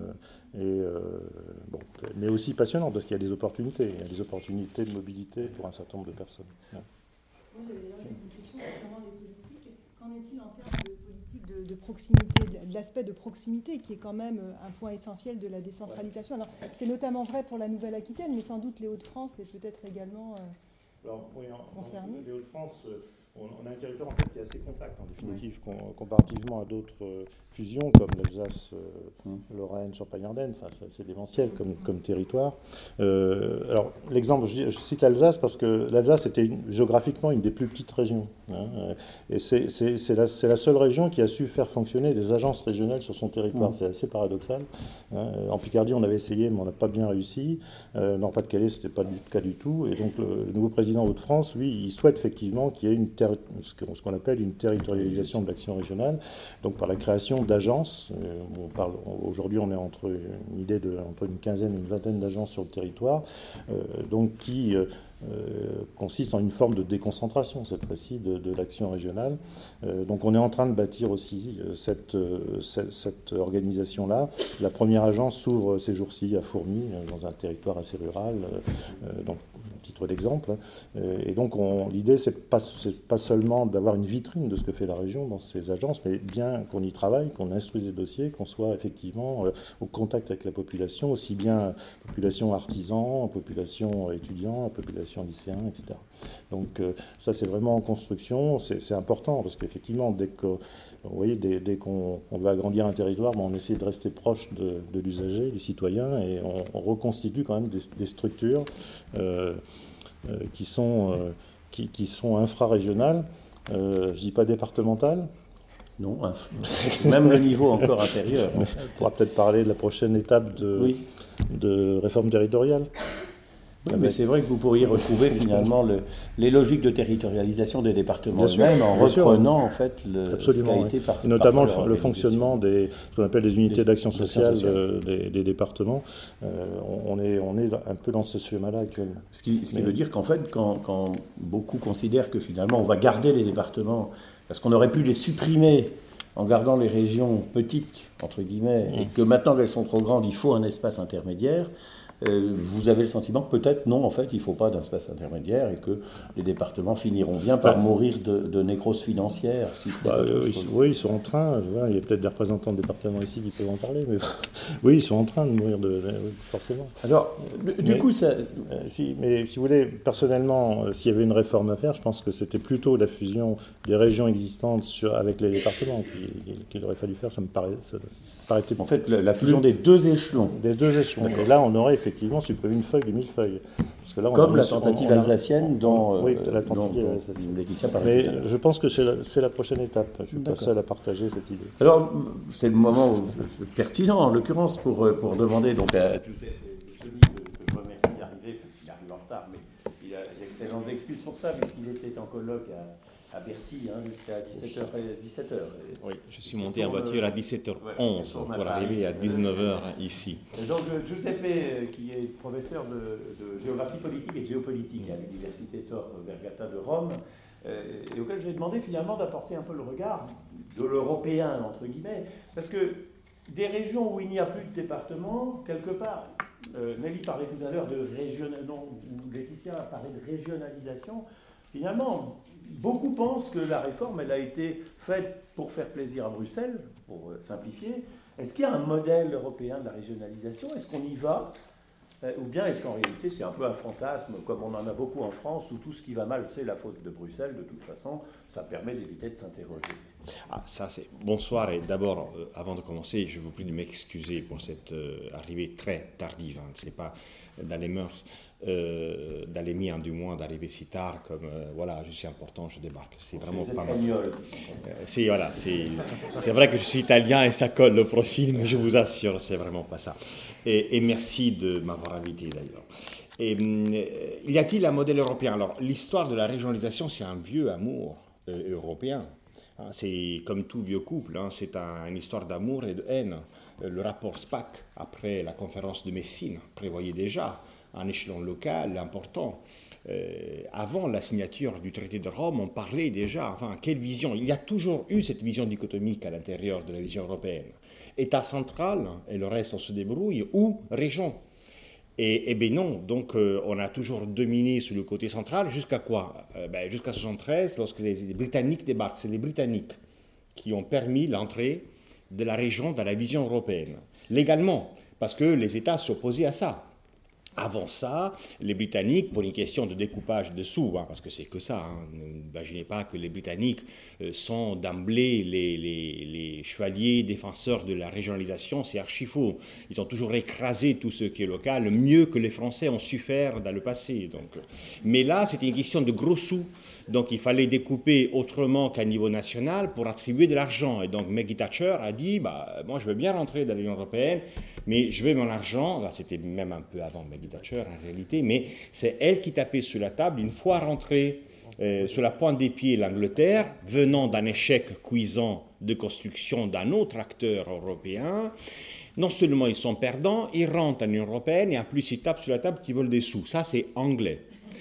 mais aussi passionnante, parce qu'il y a des opportunités. Il y a des opportunités de mobilité pour un certain nombre de personnes. Moi, j'avais une question concernant les politiques. Qu'en est-il en termes de politique de proximité, de l'aspect de proximité qui est quand même un point essentiel de la décentralisation? Alors, c'est notamment vrai pour la Nouvelle-Aquitaine, mais sans doute les Hauts-de-France est peut-être également concerné. Les Hauts-de-France, on a un territoire en fait, qui est assez compact en définitive, comparativement à d'autres fusions comme l'Alsace, Lorraine, Champagne-Ardenne. Enfin, c'est assez démentiel comme territoire. Alors, l'exemple, je cite l'Alsace parce que l'Alsace était géographiquement une des plus petites régions. Et c'est la seule région qui a su faire fonctionner des agences régionales sur son territoire. C'est assez paradoxal. En Picardie, on avait essayé, mais on n'a pas bien réussi. Nord-Pas-de-Calais, ce n'était pas le cas du tout. Et donc, le nouveau président Hauts-de-France, lui, il souhaite effectivement qu'il y ait ce qu'on appelle une territorialisation de l'action régionale, donc par la création d'agences. Aujourd'hui, on est entre une quinzaine et une vingtaine d'agences sur le territoire, donc qui consiste en une forme de déconcentration, cette fois-ci, de l'action régionale. Donc on est en train de bâtir aussi cette organisation-là. La première agence s'ouvre ces jours-ci à Fourmies, dans un territoire assez rural, donc titre d'exemple. Et donc l'idée, c'est pas seulement d'avoir une vitrine de ce que fait la région dans ces agences, mais bien qu'on y travaille, qu'on instruise les dossiers, qu'on soit effectivement au contact avec la population, aussi bien population artisan, population étudiant, population lycéen, etc. Donc ça, c'est vraiment en construction. C'est important parce qu'effectivement, dès qu'on veut agrandir un territoire, on essaie de rester proche de l'usager, du citoyen, et on reconstitue quand même des structures qui sont infrarégionales. Je ne dis pas départementales. Non, même le niveau encore inférieur. On pourra peut-être parler de la prochaine étape de réforme territoriale. Mais c'est vrai que vous pourriez retrouver finalement les logiques de territorialisation des départements eux-mêmes en reprenant en fait ce qui a été et notamment le fonctionnement ce qu'on appelle les unités d'action sociale des départements. On est un peu dans ce schéma-là actuellement. Ce qui veut dire qu'en fait, quand beaucoup considèrent que finalement on va garder les départements, parce qu'on aurait pu les supprimer en gardant les régions petites, entre guillemets, et que maintenant qu'elles sont trop grandes, il faut un espace intermédiaire, vous avez le sentiment que peut-être non, en fait, il ne faut pas d'espace intermédiaire et que les départements finiront bien par mourir de nécrose financière. Si oui, ils sont en train, il y a peut-être des représentants de départements ici qui peuvent en parler, mais oui, ils sont en train de mourir, forcément. Alors, du coup, ça... mais si vous voulez, personnellement, s'il y avait une réforme à faire, je pense que c'était plutôt la fusion des régions existantes avec les départements qu'il aurait fallu faire, ça me paraît... En fait, la fusion des deux échelons. Des deux échelons. Et là, on aurait effectivement supprimé une feuille de millefeuille. Parce que là, comme la tentative alsacienne dont Laetitia parlait. Mais je pense que c'est la prochaine étape. Je suis pas seul à partager cette idée. Alors, c'est le moment pertinent, en l'occurrence, pour demander donc à Giuseppe Denis, que je remercie d'arriver, parce qu'il arrive en retard, mais il a d'excellentes excuses pour ça, puisqu'il était en colloque à Bercy jusqu'à 17h. Oui, je suis monté en voiture à 17h11 pour arriver à 19h ici. Donc Giuseppe, qui est professeur de géographie politique et de géopolitique à l'Université Tor Vergata de Rome, et auquel j'ai demandé finalement d'apporter un peu le regard de l'européen, entre guillemets, parce que des régions où il n'y a plus de départements, quelque part, Nelly parlait tout à l'heure de Laetitia parlait de régionalisation, finalement, beaucoup pensent que la réforme, elle a été faite pour faire plaisir à Bruxelles, pour simplifier. Est-ce qu'il y a un modèle européen de la régionalisation? Est-ce qu'on y va? Ou bien est-ce qu'en réalité, c'est un peu un fantasme, comme on en a beaucoup en France, où tout ce qui va mal, c'est la faute de Bruxelles. De toute façon, ça permet d'éviter de s'interroger. Ça c'est... Bonsoir, et d'abord, avant de commencer, je vous prie de m'excuser pour cette arrivée très tardive. Ce n'est pas dans les mœurs. Dans les miens du moins d'arriver si tard comme je suis important, je débarque, c'est vraiment pas mal. C'est vrai que je suis italien et ça colle le profil, mais je vous assure c'est vraiment pas ça, et merci de m'avoir invité d'ailleurs. Et y a-t-il un modèle européen? Alors l'histoire de la régionalisation, c'est un vieux amour européen, c'est comme tout vieux couple, c'est une histoire d'amour et de haine. Le rapport SPAC après la conférence de Messine prévoyait déjà un échelon local important. Avant la signature du traité de Rome, on parlait déjà, quelle vision? Il y a toujours eu cette vision dichotomique à l'intérieur de la vision européenne. État central, et le reste on se débrouille, ou région. Et bien non, donc on a toujours dominé sur le côté central, jusqu'à quoi? Jusqu'à 1973, lorsque les Britanniques débarquent. C'est les Britanniques qui ont permis l'entrée de la région dans la vision européenne. Légalement, parce que les États s'opposaient à ça. Avant ça, les Britanniques, pour une question de découpage de sous, parce que c'est que ça, n'imaginez pas que les Britanniques sont d'emblée les chevaliers défenseurs de la régionalisation, c'est archi faux. Ils ont toujours écrasé tout ce qui est local, mieux que les Français ont su faire dans le passé. Mais là, c'était une question de gros sous. Donc il fallait découper autrement qu'à niveau national pour attribuer de l'argent. Et donc Maggie Thatcher a dit, moi je veux bien rentrer dans l'Union européenne, mais je veux mon argent. Là, c'était même un peu avant Maggie Thatcher en réalité, mais c'est elle qui tapait sur la table une fois rentrée sur la pointe des pieds l'Angleterre, venant d'un échec cuisant de construction d'un autre acteur européen. Non seulement ils sont perdants, ils rentrent dans l'Union européenne et en plus ils tapent sur la table qu'ils veulent des sous. Ça c'est anglais.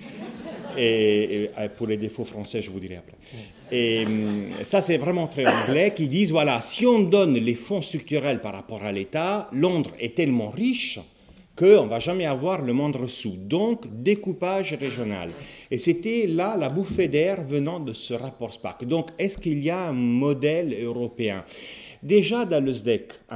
Et pour les défauts français, je vous dirai après. Et ça, c'est vraiment très anglais, qui disent, si on donne les fonds structurels par rapport à l'État, Londres est tellement riche qu'on ne va jamais avoir le moindre sou. Donc, découpage régional. Et c'était là la bouffée d'air venant de ce rapport SPAC. Donc, est-ce qu'il y a un modèle européen? Déjà dans le SDEC, en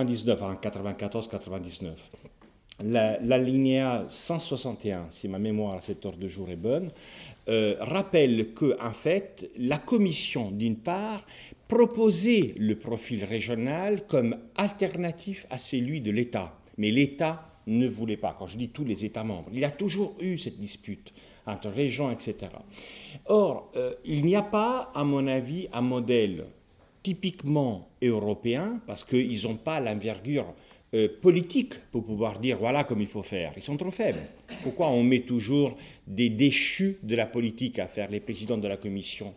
94-99, l'alinéa 161, si ma mémoire à cette heure de jour est bonne, rappelle que, en fait, la Commission, d'une part, proposait le profil régional comme alternatif à celui de l'État. Mais l'État ne voulait pas. Quand je dis tous les États membres, il y a toujours eu cette dispute entre régions, etc. Or, il n'y a pas, à mon avis, un modèle typiquement européen, parce qu'ils n'ont pas l'envergure politiques pour pouvoir dire voilà comme il faut faire. Ils sont trop faibles. Pourquoi on met toujours des déchus de la politique à faire les présidents de la commission?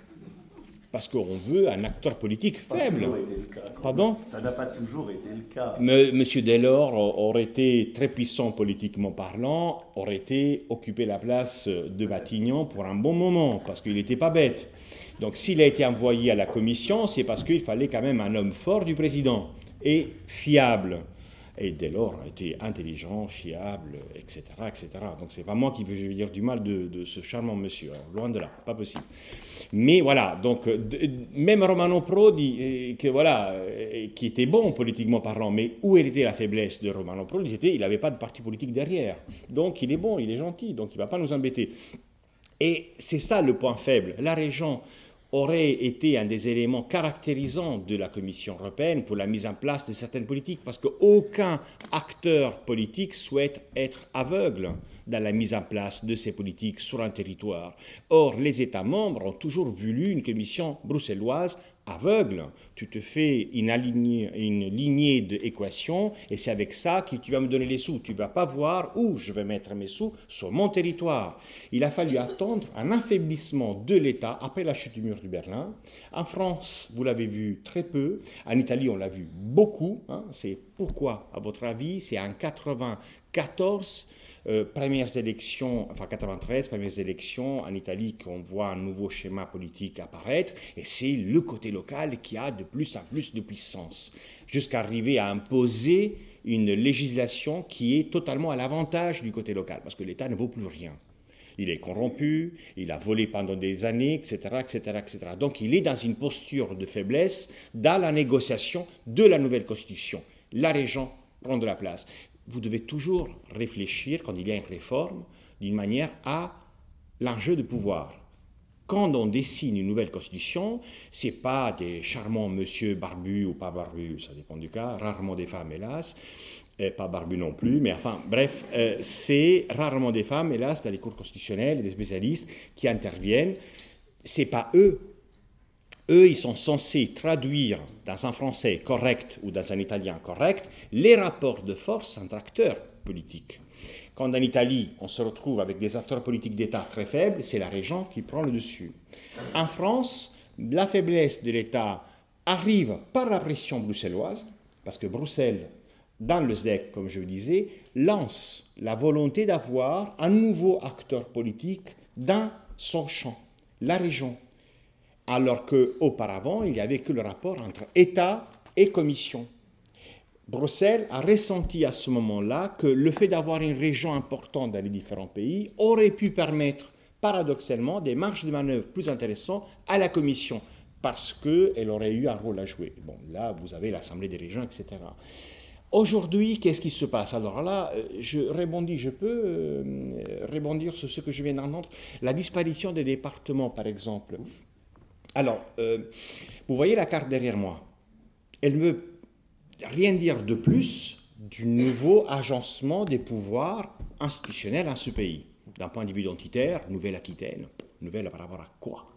Parce qu'on veut un acteur politique faible. Ça n'a pas toujours été le cas. Pardon? Ça n'a pas toujours été le cas. Monsieur Delors aurait été très puissant politiquement parlant, aurait été occupé la place de Matignon pour un bon moment, parce qu'il n'était pas bête. Donc s'il a été envoyé à la commission, c'est parce qu'il fallait quand même un homme fort du président et fiable. Et Delors a été intelligent, fiable, etc. etc. Donc c'est pas moi qui veux dire du mal de ce charmant monsieur, alors, loin de là, pas possible. Mais voilà, donc même Romano Prodi, qui était bon politiquement parlant, mais où était la faiblesse de Romano Prodi? Il n'avait pas de parti politique derrière. Donc il est bon, il est gentil, donc il ne va pas nous embêter. Et c'est ça le point faible. La région aurait été un des éléments caractérisants de la Commission européenne pour la mise en place de certaines politiques, parce qu'aucun acteur politique souhaite être aveugle dans la mise en place de ces politiques sur un territoire. Or, les États membres ont toujours voulu une commission bruxelloise aveugle. Tu te fais une lignée d'équations et c'est avec ça que tu vas me donner les sous. Tu ne vas pas voir où je vais mettre mes sous sur mon territoire. Il a fallu attendre un affaiblissement de l'État après la chute du mur de Berlin. En France, vous l'avez vu très peu. En Italie, on l'a vu beaucoup. C'est pourquoi, à votre avis, c'est en 1994... premières élections, enfin 93, premières élections en Italie qu'on voit un nouveau schéma politique apparaître, et c'est le côté local qui a de plus en plus de puissance, jusqu'à arriver à imposer une législation qui est totalement à l'avantage du côté local, parce que l'État ne vaut plus rien. Il est corrompu, il a volé pendant des années, etc., etc., etc. Donc il est dans une posture de faiblesse dans la négociation de la nouvelle constitution. La région prend de la place. Vous devez toujours réfléchir, quand il y a une réforme, d'une manière à l'enjeu de pouvoir. Quand on dessine une nouvelle constitution, ce n'est pas des charmants monsieur barbus ou pas barbus, ça dépend du cas, rarement des femmes, hélas, et pas barbus non plus, mais enfin, bref, c'est rarement des femmes, hélas, dans les cours constitutionnels, des spécialistes qui interviennent. Ce n'est pas eux. Eux, ils sont censés traduire dans un français correct ou dans un italien correct les rapports de force entre acteurs politiques. Quand en Italie, on se retrouve avec des acteurs politiques d'État très faibles, c'est la région qui prend le dessus. En France, la faiblesse de l'État arrive par la pression bruxelloise, parce que Bruxelles, dans le SDEC, comme je le disais, lance la volonté d'avoir un nouveau acteur politique dans son champ, la région. Alors qu'auparavant, il n'y avait que le rapport entre État et Commission. Bruxelles a ressenti à ce moment-là que le fait d'avoir une région importante dans les différents pays aurait pu permettre, paradoxalement, des marges de manœuvre plus intéressantes à la Commission, parce qu'elle aurait eu un rôle à jouer. Bon, là, vous avez l'Assemblée des régions, etc. Aujourd'hui, qu'est-ce qui se passe? Alors là, je peux rebondir sur ce que je viens d'entendre. La disparition des départements, par exemple. Alors, vous voyez la carte derrière moi. Elle ne veut rien dire de plus du nouveau agencement des pouvoirs institutionnels en ce pays. D'un point de vue identitaire, Nouvelle-Aquitaine, nouvelle par rapport à quoi?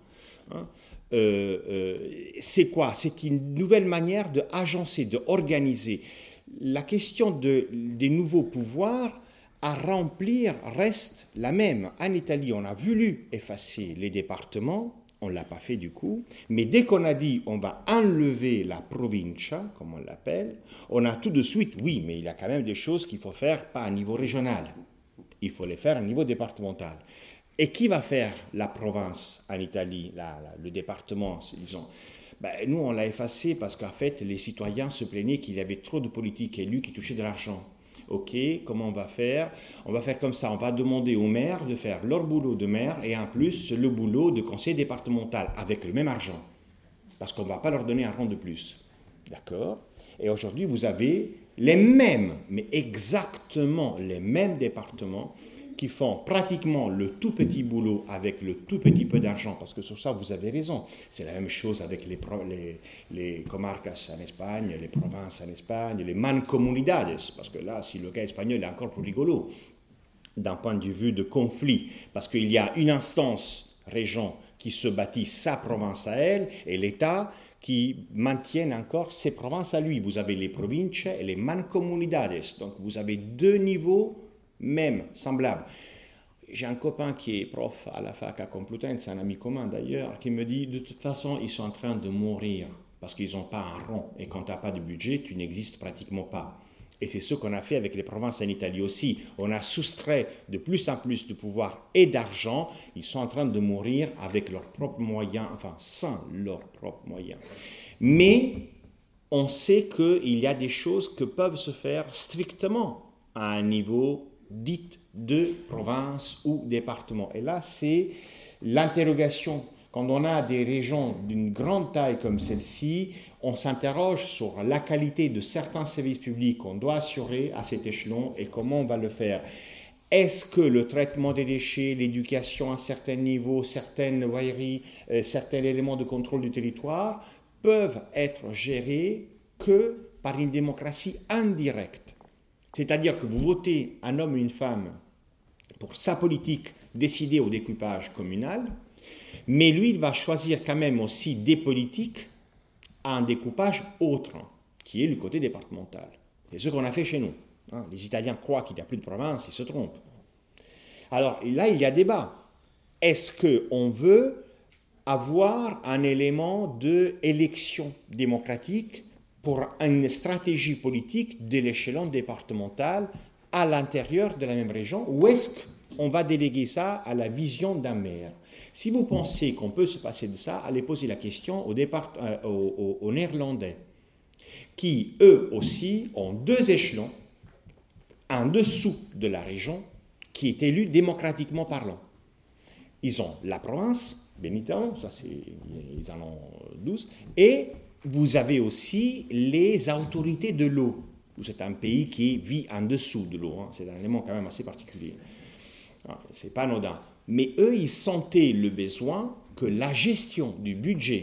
C'est quoi? C'est une nouvelle manière d'agencer, d'organiser. La question des nouveaux pouvoirs à remplir reste la même. En Italie, on a voulu effacer les départements. On ne l'a pas fait du coup, mais dès qu'on a dit on va enlever la provincia, comme on l'appelle, on a tout de suite, oui, mais il y a quand même des choses qu'il faut faire pas à niveau régional, il faut les faire à niveau départemental. Et qui va faire la province en Italie, le département, disons? Nous, on l'a effacé parce qu'en fait, les citoyens se plaignaient qu'il y avait trop de politiques élus qui touchaient de l'argent. Ok, comment on va faire? On va faire comme ça, on va demander aux maires de faire leur boulot de maire et en plus le boulot de conseil départemental avec le même argent. Parce qu'on ne va pas leur donner un rond de plus. D'accord? Et aujourd'hui, vous avez les mêmes, mais exactement les mêmes départements qui font pratiquement le tout petit boulot avec le tout petit peu d'argent, parce que sur ça, vous avez raison. C'est la même chose avec les comarcas en Espagne, les provinces en Espagne, les mancomunidades, parce que là, si le cas espagnol est encore plus rigolo, d'un point de vue de conflit, parce qu'il y a une instance région qui se bâtit sa province à elle, et l'État qui maintiennent encore ses provinces à lui. Vous avez les provinces et les mancomunidades. Donc vous avez deux niveaux même semblables. J'ai un copain qui est prof à la fac à Complutense, un ami commun d'ailleurs, qui me dit de toute façon ils sont en train de mourir parce qu'ils n'ont pas un rond et quand tu n'as pas de budget, tu n'existes pratiquement pas. Et c'est ce qu'on a fait avec les provinces en Italie aussi. On a soustrait de plus en plus de pouvoir et d'argent. Ils sont en train de mourir avec leurs propres moyens, enfin sans leurs propres moyens. Mais on sait qu'il y a des choses que peuvent se faire strictement à un niveau dit de province ou département. Et là, c'est l'interrogation. Quand on a des régions d'une grande taille comme celle-ci, on s'interroge sur la qualité de certains services publics qu'on doit assurer à cet échelon et comment on va le faire. Est-ce que le traitement des déchets, l'éducation à certains niveaux, certaines voiries, certains éléments de contrôle du territoire peuvent être gérés que par une démocratie indirecte? C'est-à-dire que vous votez un homme ou une femme pour sa politique décidée au découpage communal, mais lui, il va choisir quand même aussi des politiques à un découpage autre, qui est le côté départemental. C'est ce qu'on a fait chez nous. Les Italiens croient qu'il n'y a plus de province, ils se trompent. Alors là, il y a débat. Est-ce qu'on veut avoir un élément d'élection démocratique pour une stratégie politique de l'échelon départemental à l'intérieur de la même région, ou est-ce qu'on va déléguer ça à la vision d'un maire? Si vous pensez qu'on peut se passer de ça, allez poser la question aux Néerlandais, qui eux aussi ont deux échelons en dessous de la région qui est élu démocratiquement parlant. Ils ont la province, Benito, ça c'est, ils en ont 12, et vous avez aussi les autorités de l'eau. Vous êtes un pays qui vit en dessous de l'eau, c'est un élément quand même assez particulier. C'est pas anodin. Mais eux, ils sentaient le besoin que la gestion du budget,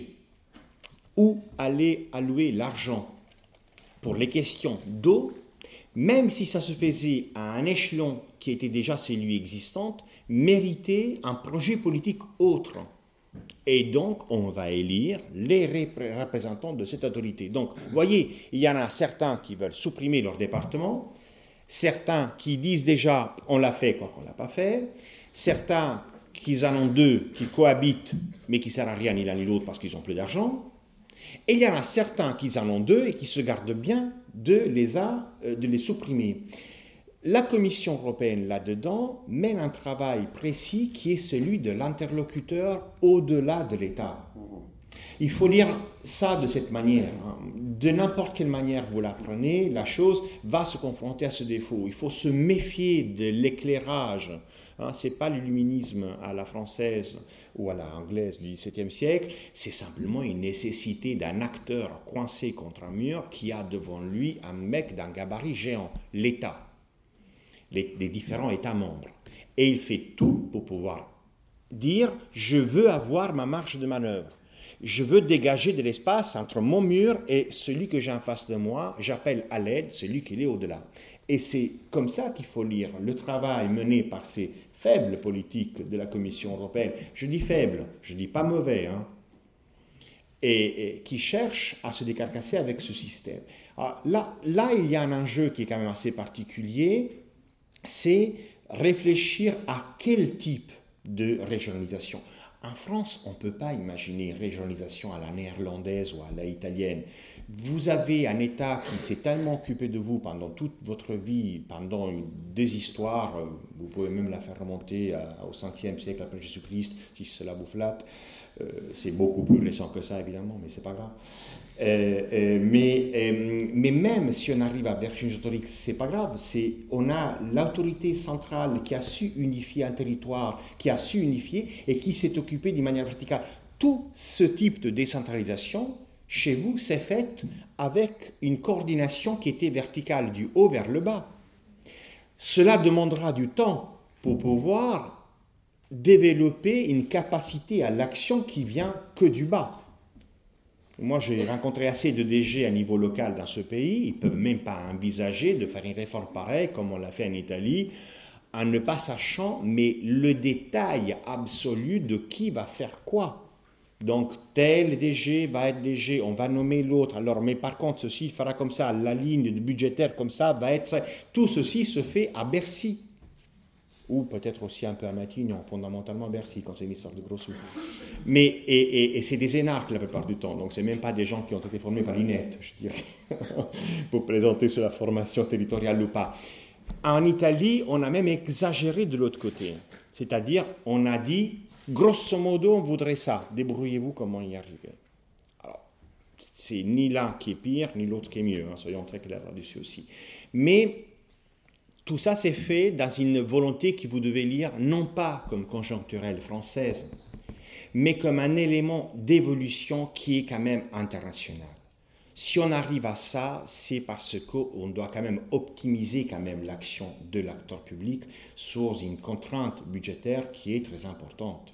où allait allouer l'argent pour les questions d'eau, même si ça se faisait à un échelon qui était déjà celui existant, méritait un projet politique autre. Et donc, on va élire les représentants de cette autorité. Donc, vous voyez, il y en a certains qui veulent supprimer leur département, certains qui disent déjà on l'a fait quoi qu'on ne l'a pas fait, certains qui en ont deux qui cohabitent mais qui ne servent à rien ni l'un ni l'autre parce qu'ils n'ont plus d'argent, et il y en a certains qui en ont deux et qui se gardent bien de les supprimer. La Commission européenne, là-dedans, mène un travail précis qui est celui de l'interlocuteur au-delà de l'État. Il faut lire ça de cette manière. De n'importe quelle manière vous la prenez, la chose va se confronter à ce défaut. Il faut se méfier de l'éclairage. Ce n'est pas l'illuminisme à la française ou à la anglaise du XVIIe siècle, c'est simplement une nécessité d'un acteur coincé contre un mur qui a devant lui un mec d'un gabarit géant, l'État. Les différents États membres. Et il fait tout pour pouvoir dire « je veux avoir ma marge de manœuvre, je veux dégager de l'espace entre mon mur et celui que j'ai en face de moi, j'appelle à l'aide celui qui est au-delà ». Et c'est comme ça qu'il faut lire le travail mené par ces faibles politiques de la Commission européenne. Je dis faibles, je ne dis pas mauvais, et qui cherchent à se décarcasser avec ce système. Alors, là, il y a un enjeu qui est quand même assez particulier, c'est réfléchir à quel type de régionalisation. En France, on ne peut pas imaginer régionalisation à la néerlandaise ou à la italienne. Vous avez un État qui s'est tellement occupé de vous pendant toute votre vie, pendant des histoires, vous pouvez même la faire remonter au 5e siècle après Jésus-Christ, si cela vous flatte. C'est beaucoup plus récent que ça, évidemment, mais ce n'est pas grave. Mais même si on arrive à Vercingétorix, ce n'est pas grave. On a l'autorité centrale qui a su unifier un territoire, qui a su unifier et qui s'est occupée d'une manière verticale. Tout ce type de décentralisation, chez vous, c'est fait avec une coordination qui était verticale, du haut vers le bas. Cela demandera du temps pour pouvoir développer une capacité à l'action qui vient que du bas. Moi, j'ai rencontré assez de DG à niveau local dans ce pays, ils ne peuvent même pas envisager de faire une réforme pareille comme on l'a fait en Italie, en ne pas sachant, mais le détail absolu de qui va faire quoi. Donc, tel DG va être DG, on va nommer l'autre. Alors, mais par contre, ceci fera comme ça, la ligne budgétaire comme ça va être ça. Tout ceci se fait à Bercy. Ou peut-être aussi un peu à Matignon, fondamentalement Bercy, quand c'est une histoire de gros sous. Mais, et c'est des énarques la plupart du temps, donc c'est même pas des gens qui ont été formés par l'INET, je dirais, pour présenter sur la formation territoriale ou pas. En Italie, on a même exagéré de l'autre côté. C'est-à-dire, on a dit, grosso modo, on voudrait ça, débrouillez-vous comment y arriver. Alors, c'est ni l'un qui est pire, ni l'autre qui est mieux, soyons très clairs là-dessus aussi. Mais tout ça s'est fait dans une volonté que vous devez lire, non pas comme conjoncturelle française, mais comme un élément d'évolution qui est quand même international. Si on arrive à ça, c'est parce qu'on doit quand même optimiser quand même l'action de l'acteur public sur une contrainte budgétaire qui est très importante.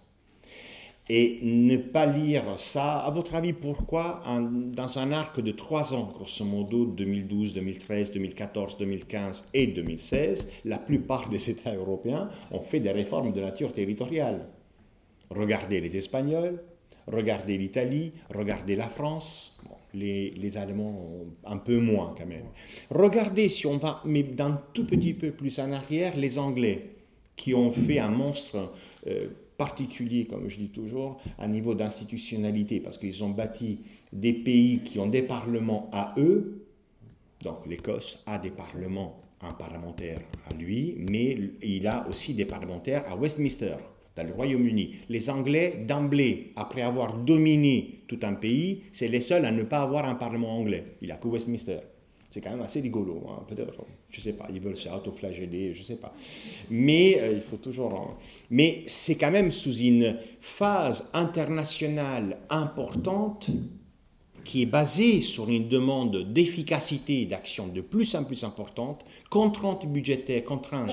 Et ne pas lire ça, à votre avis, pourquoi dans un arc de 3 ans, grosso modo, 2012, 2013, 2014, 2015 et 2016, la plupart des États européens ont fait des réformes de nature territoriale. Regardez les Espagnols, regardez l'Italie, regardez la France, bon, les Allemands un peu moins quand même. Regardez, si on va, mais d'un tout petit peu plus en arrière, les Anglais, qui ont fait un monstre particulier, comme je dis toujours, à niveau d'institutionnalité, parce qu'ils ont bâti des pays qui ont des parlements à eux. Donc l'Écosse a des parlements, un parlementaire à lui, mais il a aussi des parlementaires à Westminster, dans le Royaume-Uni. Les Anglais, d'emblée, après avoir dominé tout un pays, c'est les seuls à ne pas avoir un parlement anglais. Il n'a que Westminster. C'est quand même assez rigolo, hein. Peut-être, je ne sais pas, ils veulent se autoflageller, je ne sais pas. Mais il faut toujours... Mais c'est quand même sous une phase internationale importante qui est basée sur une demande d'efficacité et d'action de plus en plus importante, contrainte budgétaire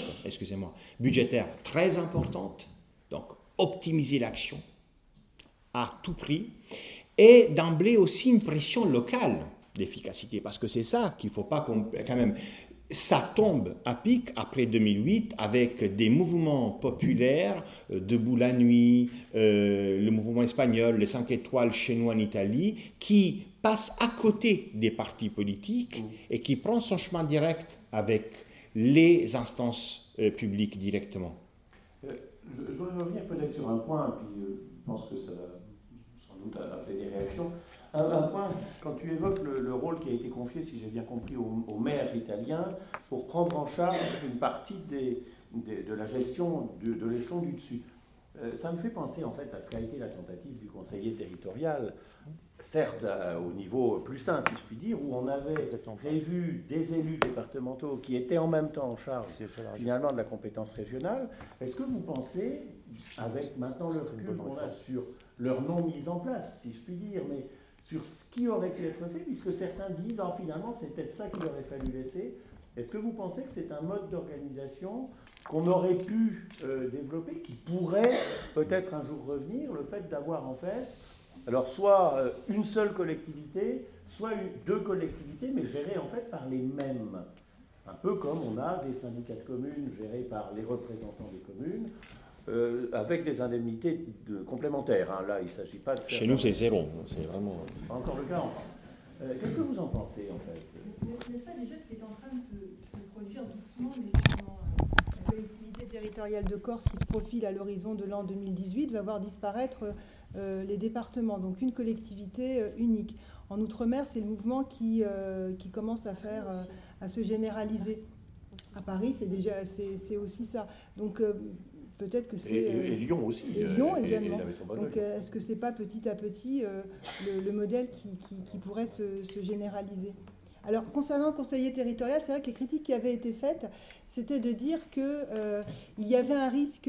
très importante, donc optimiser l'action à tout prix, et d'emblée aussi une pression locale d'efficacité, parce que c'est ça qu'il ne faut pas quand même. Ça tombe à pic après 2008 avec des mouvements populaires, Debout la nuit, le mouvement espagnol, les 5 étoiles chez nous en Italie, qui passent à côté des partis politiques et qui prend son chemin direct avec les instances publiques directement. Je voudrais revenir peut-être sur un point, puis je pense que ça va sans doute appeler des réactions. Un point, quand tu évoques le rôle qui a été confié, si j'ai bien compris, aux maires italiens pour prendre en charge une partie de la gestion de l'échelon du dessus. Ça me fait penser en fait à ce qu'a été la tentative du conseiller territorial, certes au niveau plus sain si je puis dire, où on avait prévu des élus départementaux qui étaient en même temps en charge finalement de la compétence régionale. Est-ce que vous pensez, avec maintenant le recul qu'on a sur leur non-mise en place, si je puis dire, mais sur ce qui aurait pu être fait, puisque certains disent finalement c'est peut-être ça qu'il aurait fallu laisser. Est-ce que vous pensez que c'est un mode d'organisation qu'on aurait pu développer, qui pourrait peut-être un jour revenir, le fait d'avoir en fait, alors soit une seule collectivité, soit deux collectivités, mais gérées en fait par les mêmes. Un peu comme on a des syndicats de communes gérés par les représentants des communes, avec des indemnités complémentaires. Hein. Là, il ne s'agit pas de faire... Chez nous, c'est zéro. C'est vraiment... Pas encore le cas en France. Qu'est-ce que vous en pensez, en fait ? N'est-ce pas déjà ce qui est en train de se produire doucement, mais sûrement la collectivité territoriale de Corse qui se profile à l'horizon de l'an 2018 va voir disparaître les départements, donc une collectivité unique. En Outre-mer, c'est le mouvement qui commence à se généraliser. À Paris, c'est aussi ça. Donc peut-être que c'est... Et Lyon aussi. Et Lyon également. Donc est-ce que c'est pas petit à petit le modèle qui pourrait se généraliser ? Alors, concernant le conseiller territorial, c'est vrai que les critiques qui avaient été faites, c'était de dire qu'il y avait un risque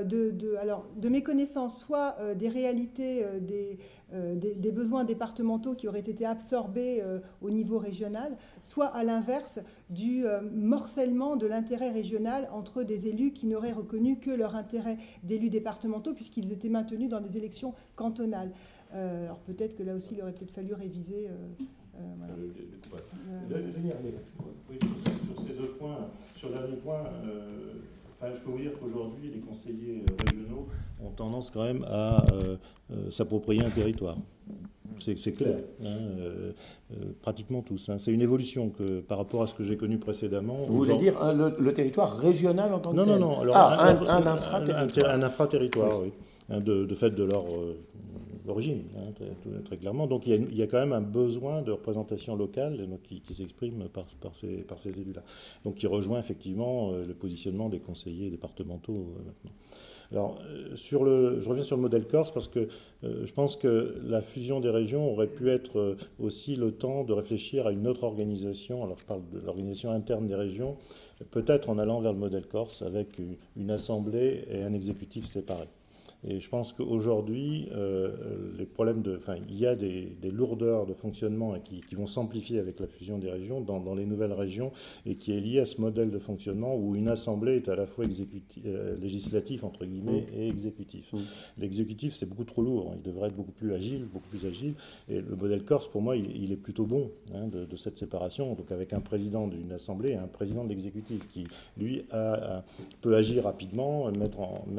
de méconnaissance, soit des réalités des besoins départementaux qui auraient été absorbés au niveau régional, soit à l'inverse du morcellement de l'intérêt régional entre des élus qui n'auraient reconnu que leur intérêt d'élus départementaux puisqu'ils étaient maintenus dans des élections cantonales. Alors peut-être que là aussi, il aurait peut-être fallu réviser... Voilà. Sur ces deux points, sur le dernier point, Je peux vous dire qu'aujourd'hui, les conseillers régionaux ont tendance quand même à s'approprier un territoire. C'est clair, pratiquement tous. C'est une évolution que, par rapport à ce que j'ai connu précédemment. Vous voulez dire le territoire régional en tant que tel? Non. Alors, un infraterritoire. Un infraterritoire, oui. De fait de leur origine, très clairement. Donc il y a quand même un besoin de représentation locale donc, qui s'exprime par ces élus-là. Donc qui rejoint effectivement le positionnement des conseillers départementaux maintenant. Alors, je reviens sur le modèle Corse parce que je pense que la fusion des régions aurait pu être aussi le temps de réfléchir à une autre organisation. Alors, je parle de l'organisation interne des régions, peut-être en allant vers le modèle Corse avec une assemblée et un exécutif séparés. Et je pense qu'aujourd'hui, les problèmes il y a des lourdeurs de fonctionnement qui vont s'amplifier avec la fusion des régions dans les nouvelles régions et qui est lié à ce modèle de fonctionnement où une assemblée est à la fois législatif entre guillemets et exécutif. L'exécutif, c'est beaucoup trop lourd. Il devrait être beaucoup plus agile. Et le modèle Corse, pour moi, il est plutôt bon de cette séparation. Donc avec un président d'une assemblée et un président de l'exécutif qui, lui, peut agir rapidement, mettre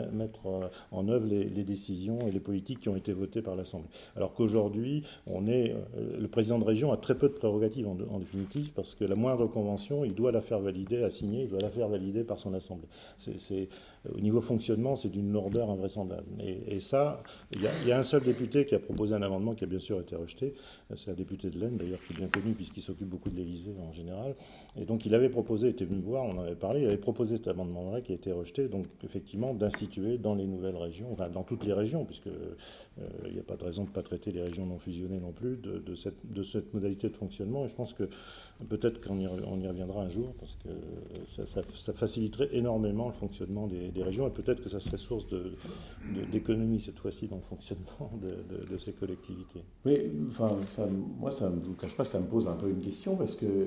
en œuvre les décisions et les politiques qui ont été votées par l'Assemblée. Alors qu'aujourd'hui, le président de région a très peu de prérogatives en définitive, parce que la moindre convention, il doit la faire valider, il doit la faire valider par son Assemblée. Au niveau fonctionnement, c'est d'une lourdeur invraisemblable. Et ça, il y a un seul député qui a proposé un amendement qui a bien sûr été rejeté. C'est un député de l'Aisne, d'ailleurs, qui est bien connu, puisqu'il s'occupe beaucoup de l'Élysée en général. Et donc, il avait proposé, était venu me voir, on en avait parlé, il avait proposé cet amendement-là qui a été rejeté, donc effectivement, d'instituer dans les nouvelles régions, enfin dans toutes les régions, puisque il n'y a pas de raison de ne pas traiter les régions non fusionnées non plus, de cette modalité de fonctionnement. Et je pense que peut-être qu'on y reviendra un jour, parce que ça faciliterait énormément le fonctionnement des régions, et peut-être que ça serait source d'économie cette fois-ci dans le fonctionnement de ces collectivités. Oui, moi, ça ne vous cache pas que ça me pose un peu une question, parce que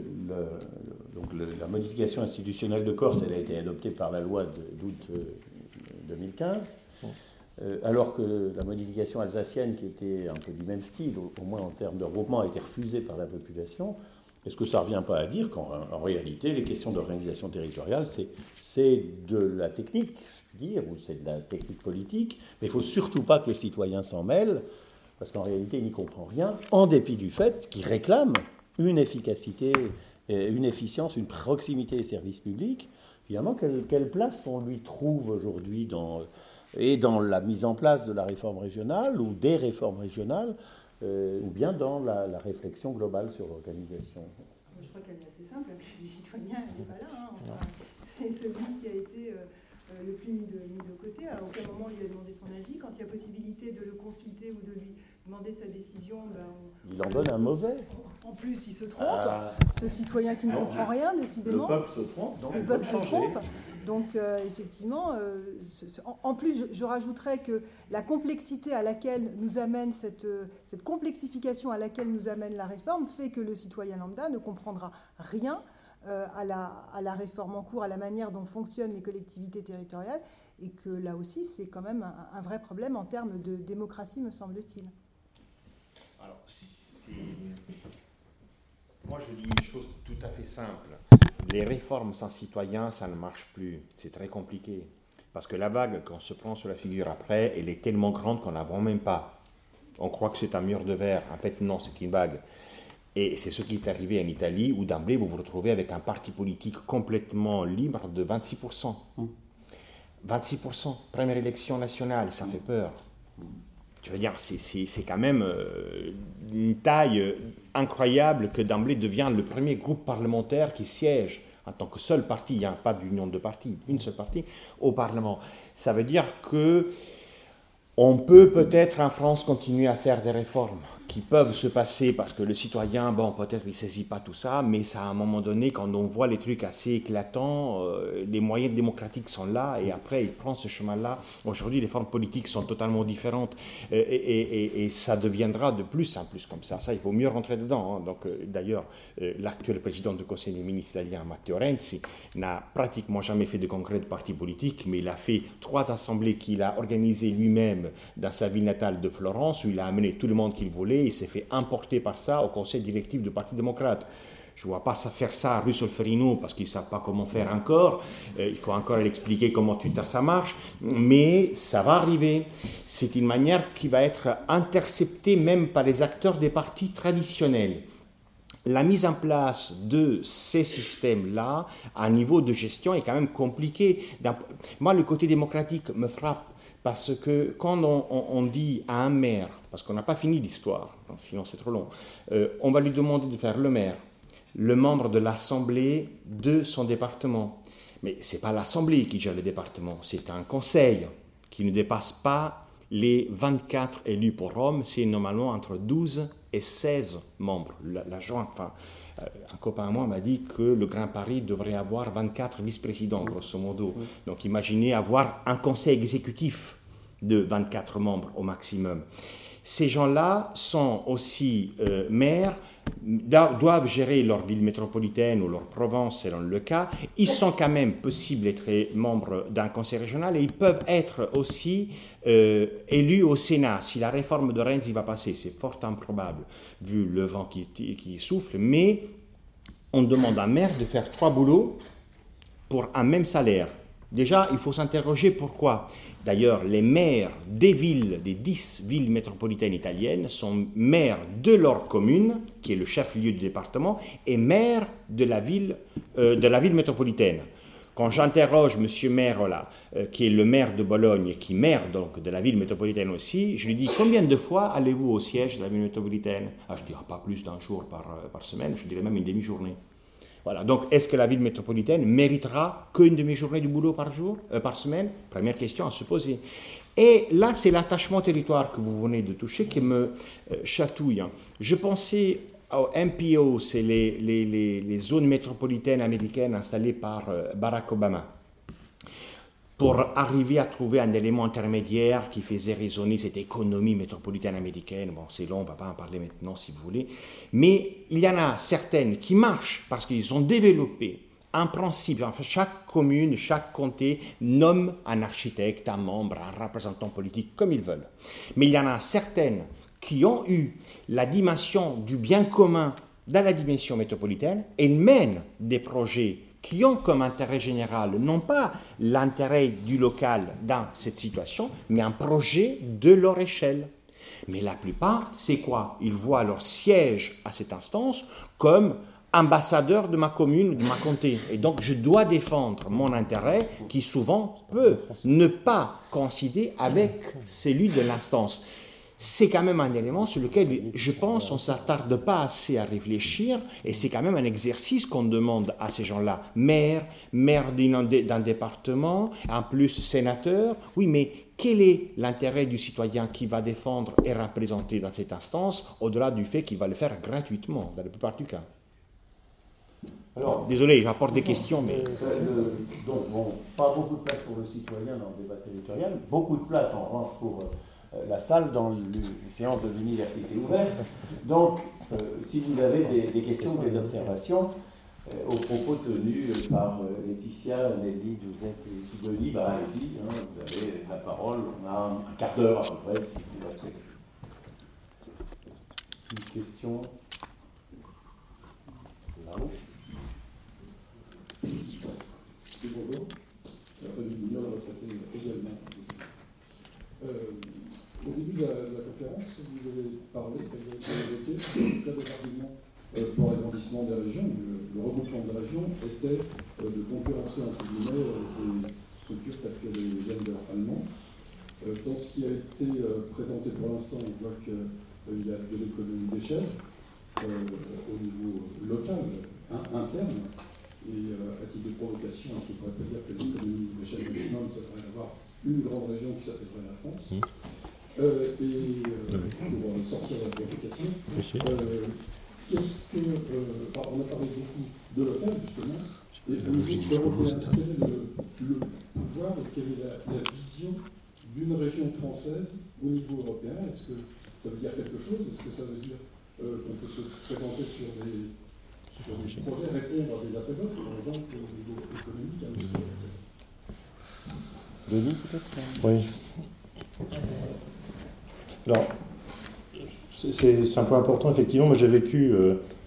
la modification institutionnelle de Corse, elle a été adoptée par la loi d'août 2015. Alors que la modification alsacienne, qui était un peu du même style, au moins en termes de regroupement, a été refusée par la population, est-ce que ça ne revient pas à dire qu'en réalité, les questions d'organisation territoriale, c'est de la technique, je veux dire, ou c'est de la technique politique, mais il ne faut surtout pas que les citoyens s'en mêlent, parce qu'en réalité, ils n'y comprennent rien, en dépit du fait qu'ils réclament une efficacité, une efficience, une proximité des services publics. Finalement, quelle place on lui trouve aujourd'hui dans la mise en place de la réforme régionale ou des réformes régionales, ou bien dans la réflexion globale sur l'organisation? Je crois qu'elle est assez simple, la place du citoyen, elle n'est pas là. C'est celui qui a été le plus mis de côté. À aucun moment il a demandé son avis. Quand il y a possibilité de le consulter ou de lui demander sa décision, il en donne un mauvais. En plus, il se trompe. Ce citoyen qui ne comprend rien, décidément. Le peuple se trompe. Le peuple se trompe. Donc, effectivement, en plus, je rajouterais que la complexité à laquelle nous amène cette complexification à laquelle nous amène la réforme fait que le citoyen lambda ne comprendra rien à la réforme en cours, à la manière dont fonctionnent les collectivités territoriales, et que là aussi, c'est quand même un vrai problème en termes de démocratie, me semble-t-il. Alors, moi je dis une chose tout à fait simple. Les réformes sans citoyens, ça ne marche plus. C'est très compliqué. Parce que la vague qu'on se prend sur la figure après, elle est tellement grande qu'on ne la voit même pas. On croit que c'est un mur de verre. En fait, non, c'est une vague. Et c'est ce qui est arrivé en Italie, où d'emblée, vous vous retrouvez avec un parti politique complètement libre de 26%. 26%, première élection nationale, ça fait peur. Je veux dire, c'est quand même une taille incroyable que d'emblée devient le premier groupe parlementaire qui siège en tant que seul parti, il n'y a pas d'union de partis, une seule parti, au Parlement. Ça veut dire que on peut peut-être en France continuer à faire des réformes qui peuvent se passer parce que le citoyen, peut-être il ne saisit pas tout ça, mais ça, à un moment donné, quand on voit les trucs assez éclatants, les moyens démocratiques sont là et après il prend ce chemin-là. Aujourd'hui, les formes politiques sont totalement différentes et ça deviendra de plus en plus comme ça. Ça, il faut mieux rentrer dedans. Donc, d'ailleurs, l'actuel président du Conseil des ministres italien, Matteo Renzi, n'a pratiquement jamais fait de congrès de parti politique, mais il a fait 3 assemblées qu'il a organisées lui-même dans sa ville natale de Florence, où il a amené tout le monde qu'il voulait. Il s'est fait importer par ça au conseil directif du Parti démocrate. Je ne vois pas ça faire ça à rue Solferino parce qu'ils ne savent pas comment faire encore. Il faut encore l'expliquer comment Twitter ça marche. Mais ça va arriver. C'est une manière qui va être interceptée même par les acteurs des partis traditionnels. La mise en place de ces systèmes-là, à niveau de gestion, est quand même compliquée. Moi, le côté démocratique me frappe parce que quand on dit à un maire, parce qu'on n'a pas fini l'histoire, sinon c'est trop long, on va lui demander de faire le maire, le membre de l'Assemblée de son département. Mais ce n'est pas l'Assemblée qui gère le département, c'est un conseil qui ne dépasse pas les 24 élus pour Rome, c'est normalement entre 12 et 16 membres. Un copain à moi m'a dit que le Grand Paris devrait avoir 24 vice-présidents, grosso modo. Donc imaginez avoir un conseil exécutif de 24 membres au maximum. Ces gens-là sont aussi maires, doivent gérer leur ville métropolitaine ou leur province selon le cas. Ils sont quand même possibles d'être membres d'un conseil régional et ils peuvent être aussi élus au Sénat. Si la réforme de Renzi va passer, c'est fort improbable vu le vent qui souffle, mais on demande à un maire de faire 3 boulots pour un même salaire. Déjà, il faut s'interroger pourquoi. D'ailleurs, les maires des villes, des 10 villes métropolitaines italiennes, sont maires de leur commune, qui est le chef-lieu du département, et maires de la ville métropolitaine. Quand j'interroge M. Merola, qui est le maire de Bologne et qui est maire donc, de la ville métropolitaine aussi, je lui dis combien de fois allez-vous au siège de la ville métropolitaine? Je ne dirais pas plus d'un jour par semaine, je dirais même une demi-journée. Voilà. Donc, est-ce que la ville métropolitaine méritera qu'une demi-journée du boulot par semaine? Première question à se poser. Et là, c'est l'attachement au territoire que vous venez de toucher qui me chatouille. Je pensais au MPO, c'est les zones métropolitaines américaines installées par Barack Obama, pour arriver à trouver un élément intermédiaire qui faisait résonner cette économie métropolitaine américaine. Bon, c'est long, on ne va pas en parler maintenant si vous voulez. Mais il y en a certaines qui marchent parce qu'ils ont développé un principe. Enfin, chaque commune, chaque comté nomme un architecte, un membre, un représentant politique, comme ils veulent. Mais il y en a certaines qui ont eu la dimension du bien commun dans la dimension métropolitaine et mènent des projets qui ont comme intérêt général, non pas l'intérêt du local dans cette situation, mais un projet de leur échelle. Mais la plupart, c'est quoi? Ils voient leur siège à cette instance comme ambassadeur de ma commune ou de ma comté. Et donc, je dois défendre mon intérêt qui souvent peut ne pas coïncider avec celui de l'instance. C'est quand même un élément sur lequel, je pense, on ne s'attarde pas assez à réfléchir, et c'est quand même un exercice qu'on demande à ces gens-là. Maire d'un département, en plus sénateur, oui, mais quel est l'intérêt du citoyen qui va défendre et représenter dans cette instance, au-delà du fait qu'il va le faire gratuitement, dans la plupart du cas? Alors, désolé, j'apporte des questions, mais... Donc, bon, pas beaucoup de place pour le citoyen dans le débat territorial, beaucoup de place, en revanche, pour... la salle dans les séances de l'université ouverte. Donc, si vous avez des questions, des observations aux propos tenus par Laetitia, Nelly, Giuseppe et Hidoli, allez-y, vous avez la parole. On a un quart d'heure à peu près, si vous la souhaitez. Une question là-haut. Bonjour. Au début de la conférence, vous avez parlé, vous avez évoqué que le argument pour l'agrandissement des régions, le regroupement des régions, était de concurrencer entre guillemets des structures telles que les Länder allemands. Dans ce qui a été présenté pour l'instant, on voit qu'il y a de l'économie d'échelle au niveau local, interne. Et à titre de provocation, on ne pourrait pas dire que l'économie d'échelle maximum, ça devrait avoir une grande région qui s'appellerait la France. Pour sortir de la provocation, qu'est-ce que. On a parlé beaucoup de local, justement, et au niveau européen, quel est le pouvoir et quelle est la vision d'une région française au niveau européen? Est-ce que ça veut dire quelque chose? Est-ce que ça veut dire qu'on peut se présenter sur des projets, répondre à des appels d'offres, par exemple, au niveau économique, industriel, etc. Denis, peut-être? Oui. Alors, c'est un point important, effectivement. Moi, j'ai vécu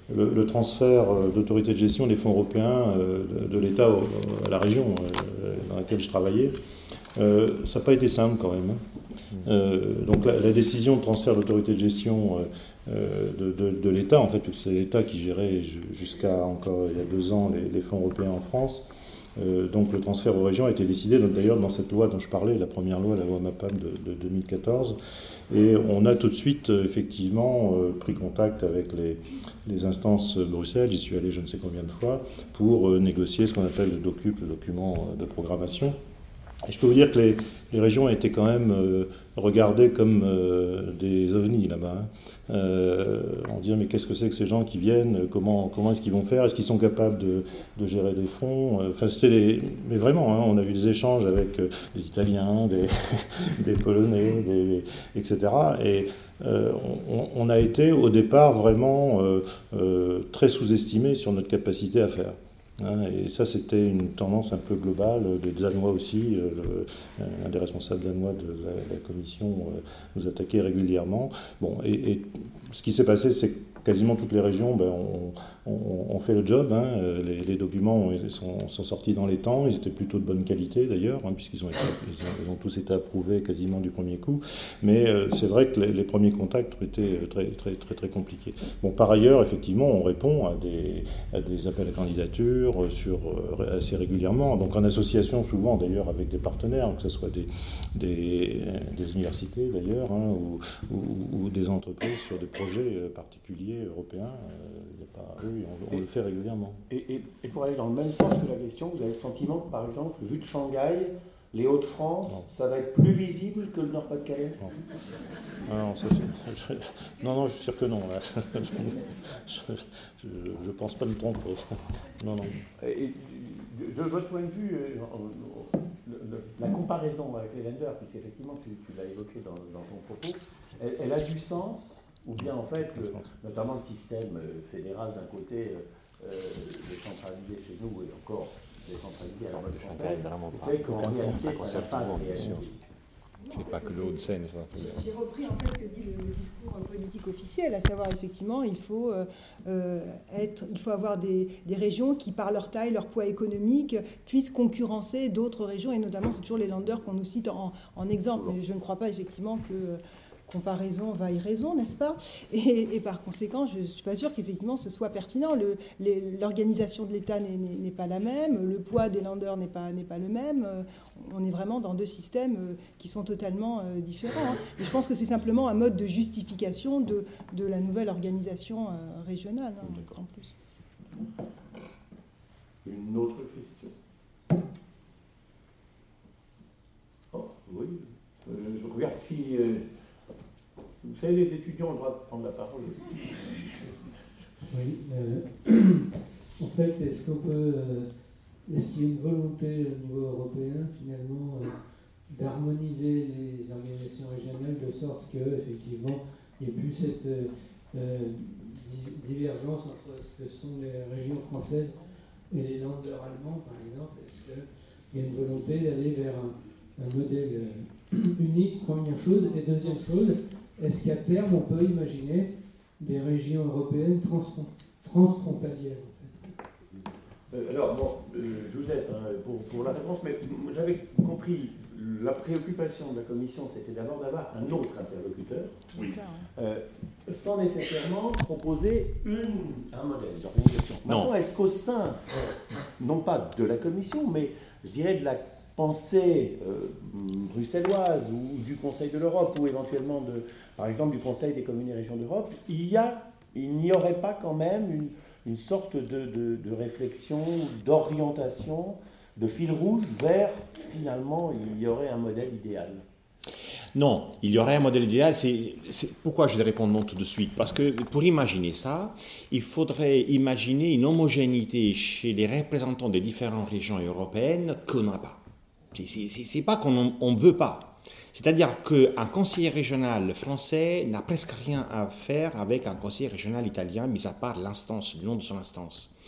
le transfert d'autorité de gestion des fonds européens de l'État à la région dans laquelle je travaillais. Ça n'a pas été simple quand même. Donc la décision de transfert d'autorité de gestion de l'État, en fait, c'est l'État qui gérait jusqu'à encore il y a 2 ans les fonds européens en France. Donc le transfert aux régions a été décidé, d'ailleurs dans cette loi dont je parlais, la première loi, la loi MAPAM de 2014. Et on a tout de suite, effectivement, pris contact avec les instances Bruxelles, j'y suis allé je ne sais combien de fois, pour négocier ce qu'on appelle le DOCUP, le document de programmation. Et je peux vous dire que les régions ont été quand même regardées comme des ovnis là-bas. On dit mais qu'est-ce que c'est que ces gens qui viennent, comment est-ce qu'ils vont faire, est-ce qu'ils sont capables de gérer des fonds, enfin mais vraiment, hein, on a eu des échanges avec des Italiens, des Polonais, etc. Et on a été au départ vraiment très sous-estimés sur notre capacité à faire. Et ça, c'était une tendance un peu globale, des Danois aussi, un des responsables danois de la commission nous attaquait régulièrement. Bon, et ce qui s'est passé, c'est que quasiment toutes les régions ont fait le job. Hein. Les documents sont sortis dans les temps, ils étaient plutôt de bonne qualité d'ailleurs, hein, puisqu'ils ont tous été approuvés quasiment du premier coup. Mais c'est vrai que les premiers contacts ont été très, très, très, très compliqués. Bon, par ailleurs, effectivement, on répond à des appels à candidature assez régulièrement, donc en association souvent d'ailleurs avec des partenaires, que ce soit des universités d'ailleurs, hein, ou des entreprises sur des projets particuliers européens. Oui, on le fait régulièrement. Et pour aller dans le même sens que la question, vous avez le sentiment que, par exemple, vu de Shanghai, les Hauts-de-France, ça va être plus visible que le Nord-Pas-de-Calais ? Non, non, je suis sûr que non. Là. Je pense pas me tromper. Non. Et de votre point de vue, la comparaison avec les lenders, puisqu'effectivement tu l'as évoqué dans ton propos, elle a du sens ? Ou bien en fait, notamment le système fédéral d'un côté, décentralisé chez nous et encore décentralisé à la mode française, fait qu'en réalité, ça n'a pas de réalité. C'est pas que le Haut-de-Seine. J'ai repris en fait ce que dit le discours politique officiel, à savoir effectivement il faut avoir des régions qui, par leur taille, leur poids économique, puissent concurrencer d'autres régions, et notamment c'est toujours les lenders qu'on nous cite en exemple. Mais je ne crois pas effectivement que comparaison vaille raison, n'est-ce pas ? Et par conséquent, je ne suis pas sûre qu'effectivement ce soit pertinent. L'organisation de l'État n'est pas la même, le poids des lenders n'est pas le même. On est vraiment dans 2 systèmes qui sont totalement différents. Et je pense que c'est simplement un mode de justification de la nouvelle organisation régionale, en plus. Une autre question ? Oh, oui. Je regarde si... Vous savez, les étudiants ont le droit de prendre la parole aussi. Oui. En fait, est-ce qu'il y a une volonté au niveau européen, finalement, d'harmoniser les organisations régionales de sorte qu'effectivement, il n'y ait plus cette divergence entre ce que sont les régions françaises et les lenders allemands, par exemple? Est-ce qu'il y a une volonté d'aller vers un modèle unique, première chose? Et deuxième chose, est-ce qu'à terme, on peut imaginer des régions européennes transfrontalières en fait? Alors, bon, je vous aide pour la réponse, mais j'avais compris, la préoccupation de la Commission, c'était d'abord d'avoir un autre interlocuteur, oui. Sans nécessairement proposer un modèle d'organisation. Maintenant, est-ce qu'au sein, non pas de la Commission, mais je dirais de la pensée bruxelloise ou du Conseil de l'Europe, ou éventuellement par exemple du Conseil des communes et régions d'Europe, il n'y aurait pas quand même une sorte de réflexion, d'orientation, de fil rouge vers, finalement, il y aurait un modèle idéal? Non, il y aurait un modèle idéal. C'est pourquoi je réponds non tout de suite. Parce que pour imaginer ça, il faudrait imaginer une homogénéité chez les représentants des différentes régions européennes qu'on n'a pas. C'est pas qu'on ne veut pas. C'est-à-dire qu'un conseiller régional français n'a presque rien à faire avec un conseiller régional italien, mis à part l'instance, le nom de son instance.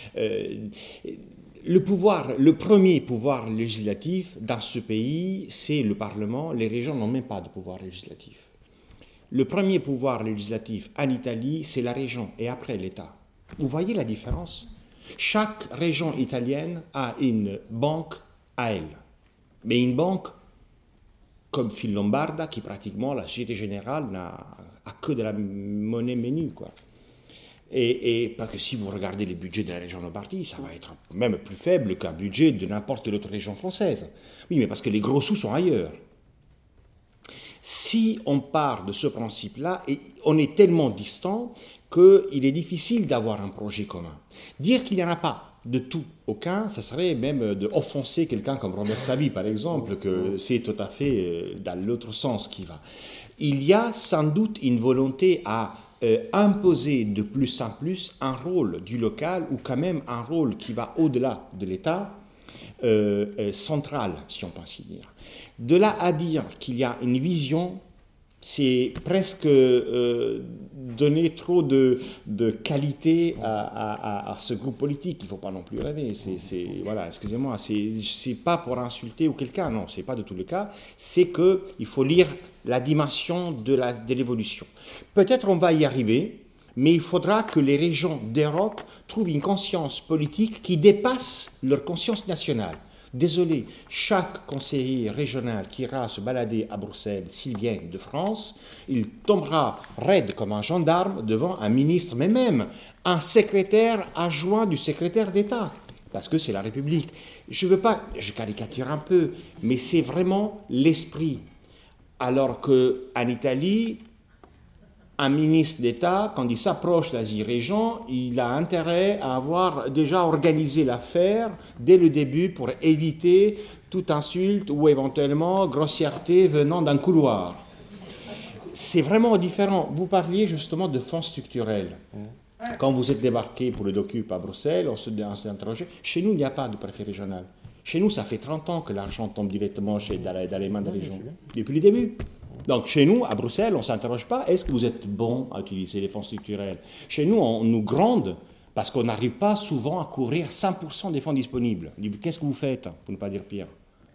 Le premier pouvoir législatif dans ce pays, c'est le Parlement. Les régions n'ont même pas de pouvoir législatif. Le premier pouvoir législatif en Italie, c'est la région et après l'État. Vous voyez la différence? Chaque région italienne a une banque à elle. Mais une banque comme Fil-Lombarda, qui pratiquement, la Société Générale n'a que de la monnaie menue, quoi. Et parce que si vous regardez les budgets de la région Lombardie, ça va être même plus faible qu'un budget de n'importe quelle autre région française. Oui, mais parce que les gros sous sont ailleurs. Si on part de ce principe-là, et on est tellement distant qu'il est difficile d'avoir un projet commun. Dire qu'il n'y en a pas de tout, aucun, ça serait même d'offenser quelqu'un comme Robert Savi, par exemple, que c'est tout à fait dans l'autre sens qui va. Il y a sans doute une volonté à imposer de plus en plus un rôle du local, ou quand même un rôle qui va au-delà de l'État, central, si on peut ainsi dire. De là à dire qu'il y a une vision, c'est presque donner trop de qualité à ce groupe politique. Il ne faut pas non plus rêver. Voilà, excusez-moi, c'est pas pour insulter ou quelqu'un, non, c'est pas de tout le cas. C'est qu'il faut lire la dimension de l'évolution. Peut-être on va y arriver, mais il faudra que les régions d'Europe trouvent une conscience politique qui dépasse leur conscience nationale. Désolé, chaque conseiller régional qui ira se balader à Bruxelles, s'il vient de France, il tombera raide comme un gendarme devant un ministre, mais même un secrétaire adjoint du secrétaire d'État, parce que c'est la République. Je caricature un peu, mais c'est vraiment l'esprit. Alors qu'en Italie, un ministre d'État, quand il s'approche d'Asie-Région, il a intérêt à avoir déjà organisé l'affaire dès le début pour éviter toute insulte ou éventuellement grossièreté venant d'un couloir. C'est vraiment différent. Vous parliez justement de fonds structurels. Quand vous êtes débarqué pour le Docup à Bruxelles, on s'est interrogé. Chez nous, il n'y a pas de préfet régional. Chez nous, ça fait 30 ans que l'argent tombe directement dans les mains des régions, depuis le début. Donc chez nous, à Bruxelles, on ne s'interroge pas, est-ce que vous êtes bon à utiliser les fonds structurels? Chez nous, on nous gronde parce qu'on n'arrive pas souvent à couvrir 100% des fonds disponibles. On dit, qu'est-ce que vous faites, pour ne pas dire pire?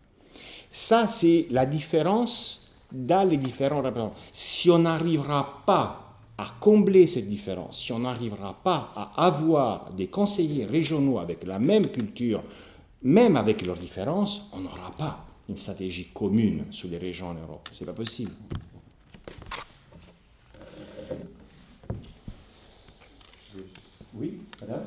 Ça, c'est la différence dans les différents représentants. Si on n'arrivera pas à combler cette différence, si on n'arrivera pas à avoir des conseillers régionaux avec la même culture, même avec leurs différences, on n'aura pas une stratégie commune sur les régions en Europe. Ce n'est pas possible. Oui, madame.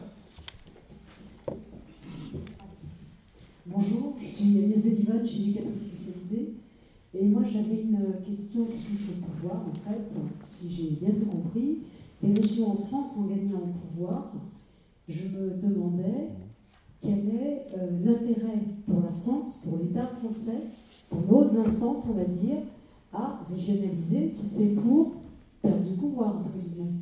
Bonjour, je suis Agnès Zelivan, je suis éducatrice spécialisée. Et moi, j'avais une question qui touche au pouvoir, en fait, si j'ai bien tout compris. Les régions en France ont gagné en pouvoir. Je me demandais quel est l'intérêt pour la France, pour l'État français, pour d'autres instances, on va dire, à régionaliser, si c'est pour perdre du pouvoir, entre guillemets.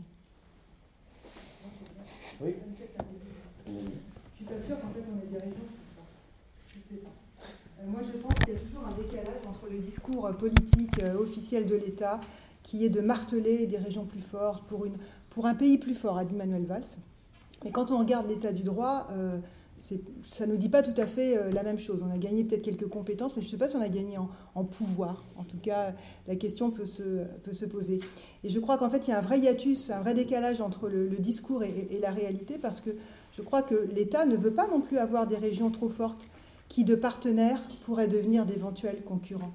Oui. Je ne suis pas sûre qu'en fait on ait des régions. Je sais pas. Moi je pense qu'il y a toujours un décalage entre le discours politique officiel de l'État, qui est de marteler des régions plus fortes pour un pays plus fort, a dit Manuel Valls. Et quand on regarde l'état du droit, ça ne nous dit pas tout à fait la même chose. On a gagné peut-être quelques compétences, mais je ne sais pas si on a gagné en pouvoir. En tout cas, la question peut se poser. Et je crois qu'en fait, il y a un vrai hiatus, un vrai décalage entre le discours et la réalité, parce que je crois que l'État ne veut pas non plus avoir des régions trop fortes qui, de partenaires, pourraient devenir d'éventuels concurrents.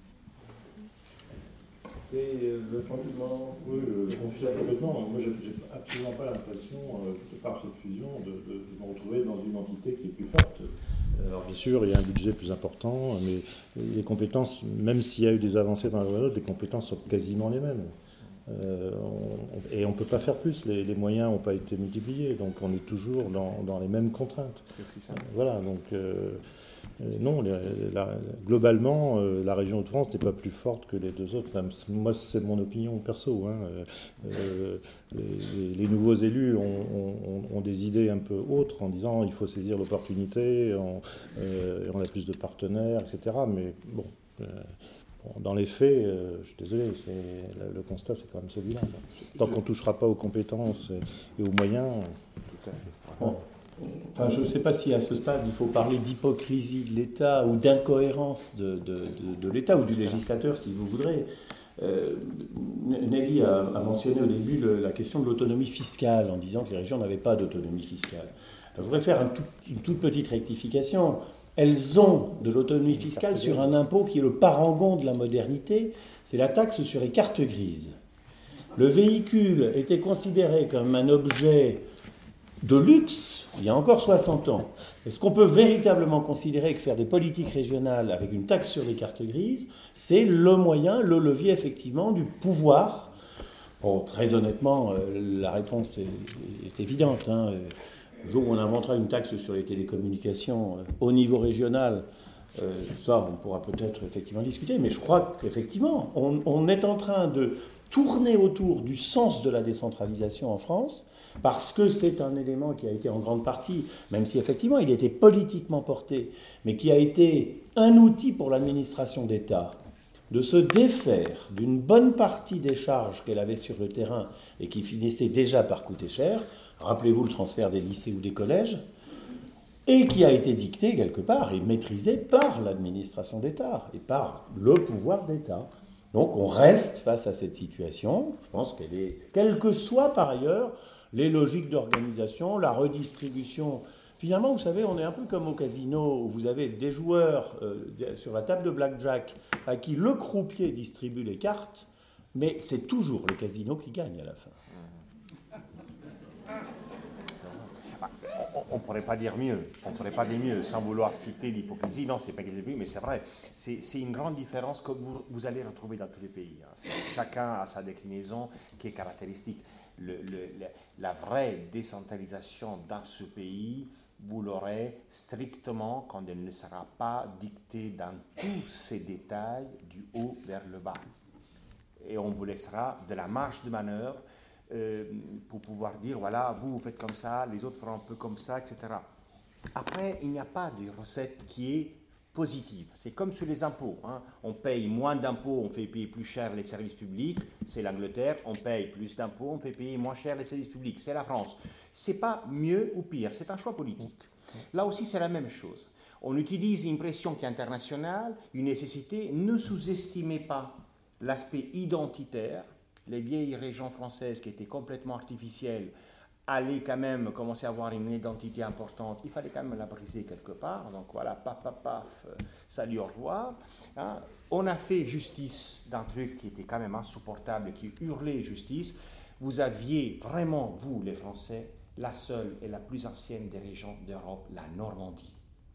C'est le sentiment, oui, je confirme complètement. Moi, je n'ai absolument pas l'impression, par cette fusion, de me retrouver dans une entité qui est plus forte. Alors, bien sûr, il y a un budget plus important, mais les compétences, même s'il y a eu des avancées dans la loi, les compétences sont quasiment les mêmes. Et on ne peut pas faire plus. Les moyens n'ont pas été multipliés, donc on est toujours dans les mêmes contraintes. Voilà, donc... non, globalement, la région de France n'est pas plus forte que les deux autres. Moi, c'est mon opinion perso. Les nouveaux élus ont des idées un peu autres en disant il faut saisir l'opportunité, on a plus de partenaires, etc. Mais bon, dans les faits, je suis désolé, le constat, c'est quand même celui-là. Tant qu'on ne touchera pas aux compétences et aux moyens... Tout à fait. Bon. Enfin, je ne sais pas si à ce stade il faut parler d'hypocrisie de l'État ou d'incohérence de l'État ou du législateur, si vous voudrez. Nelly a mentionné au début la question de l'autonomie fiscale, en disant que les régions n'avaient pas d'autonomie fiscale. Je voudrais faire une toute petite rectification. Elles ont de l'autonomie fiscale sur un impôt qui est le parangon de la modernité, c'est la taxe sur les cartes grises. Le véhicule était considéré comme un objet de luxe il y a encore 60 ans. Est-ce qu'on peut véritablement considérer que faire des politiques régionales avec une taxe sur les cartes grises, c'est le moyen, le levier effectivement du pouvoir? Bon, très honnêtement, la réponse est évidente. Le jour où on inventera une taxe sur les télécommunications au niveau régional, ça on pourra peut-être effectivement discuter, mais je crois qu'effectivement on est en train de tourner autour du sens de la décentralisation en France, parce que c'est un élément qui a été en grande partie, même si effectivement il était politiquement porté, mais qui a été un outil pour l'administration d'État de se défaire d'une bonne partie des charges qu'elle avait sur le terrain et qui finissaient déjà par coûter cher. Rappelez-vous le transfert des lycées ou des collèges, et qui a été dicté quelque part et maîtrisé par l'administration d'État et par le pouvoir d'État. Donc on reste face à cette situation. Je pense qu'elle est, quelles que soient par ailleurs les logiques d'organisation, la redistribution. Finalement, vous savez, on est un peu comme au casino où vous avez des joueurs sur la table de blackjack à qui le croupier distribue les cartes, mais c'est toujours le casino qui gagne à la fin. On ne pourrait pas dire mieux. On ne pourrait pas dire mieux sans vouloir citer l'hypocrisie. Non, c'est pas que j'ai vu, mais c'est vrai. C'est une grande différence que vous allez retrouver dans tous les pays. Chacun a sa déclinaison qui est caractéristique. La vraie décentralisation dans ce pays, vous l'aurez strictement quand elle ne sera pas dictée dans tous ses détails du haut vers le bas. Et on vous laissera de la marge de manœuvre pour pouvoir dire, voilà, vous faites comme ça, les autres feront un peu comme ça, etc. Après, il n'y a pas de recette qui est positive. C'est comme sur les impôts. On paye moins d'impôts, on fait payer plus cher les services publics. C'est l'Angleterre. On paye plus d'impôts, on fait payer moins cher les services publics. C'est la France. C'est pas mieux ou pire, c'est un choix politique. Là aussi, c'est la même chose. On utilise une pression qui est internationale, une nécessité. Ne sous-estimez pas l'aspect identitaire. Les vieilles régions françaises qui étaient complètement artificielles allaient quand même commencer à avoir une identité importante. Il fallait quand même la briser quelque part. Donc voilà, paf, salut, au revoir. On a fait justice d'un truc qui était quand même insupportable, qui hurlait justice. Vous aviez vraiment, vous les Français, la seule et la plus ancienne des régions d'Europe, la Normandie.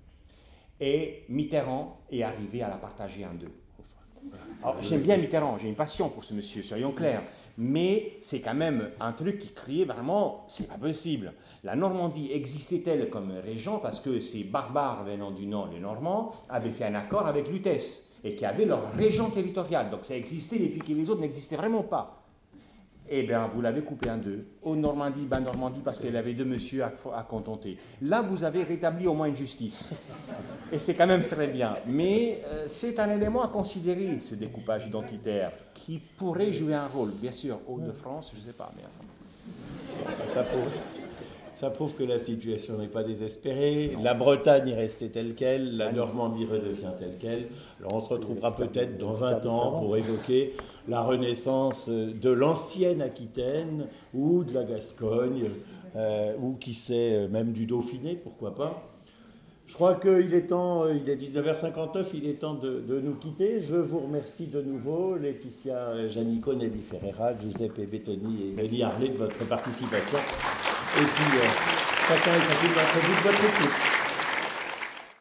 Et Mitterrand est arrivé à la partager en deux. Alors, j'aime bien Mitterrand, j'ai une passion pour ce monsieur, soyons clairs, mais c'est quand même un truc qui criait vraiment, c'est pas possible. La Normandie existait-elle comme région parce que ces barbares venant du Nord, les Normands, avaient fait un accord avec Lutèce et qui avaient leur région territoriale, donc ça existait depuis que les autres n'existaient vraiment pas. Eh bien, vous l'avez coupé en deux. Au Normandie, Normandie, parce qu'elle avait deux messieurs à contenter. Là, vous avez rétabli au moins une justice. Et c'est quand même très bien. Mais c'est un élément à considérer, ce découpage identitaire, qui pourrait jouer un rôle. Bien sûr, Hauts-de-France, je ne sais pas. Mais ça prouve que la situation n'est pas désespérée. La Bretagne est restée telle qu'elle, la Normandie redevient telle qu'elle. Alors on se retrouvera peut-être dans 20 ans pour évoquer la renaissance de l'ancienne Aquitaine ou de la Gascogne, ou qui sait, même du Dauphiné, pourquoi pas. Je crois qu'il est temps, il est 19h59, il est temps de nous quitter. Je vous remercie de nouveau, Laetitia Janicot, Nelly Ferreira, Giuseppe Bettoni et Denis Harlet de votre participation. Et puis, chacun et chacune d'entre vous de votre écoute.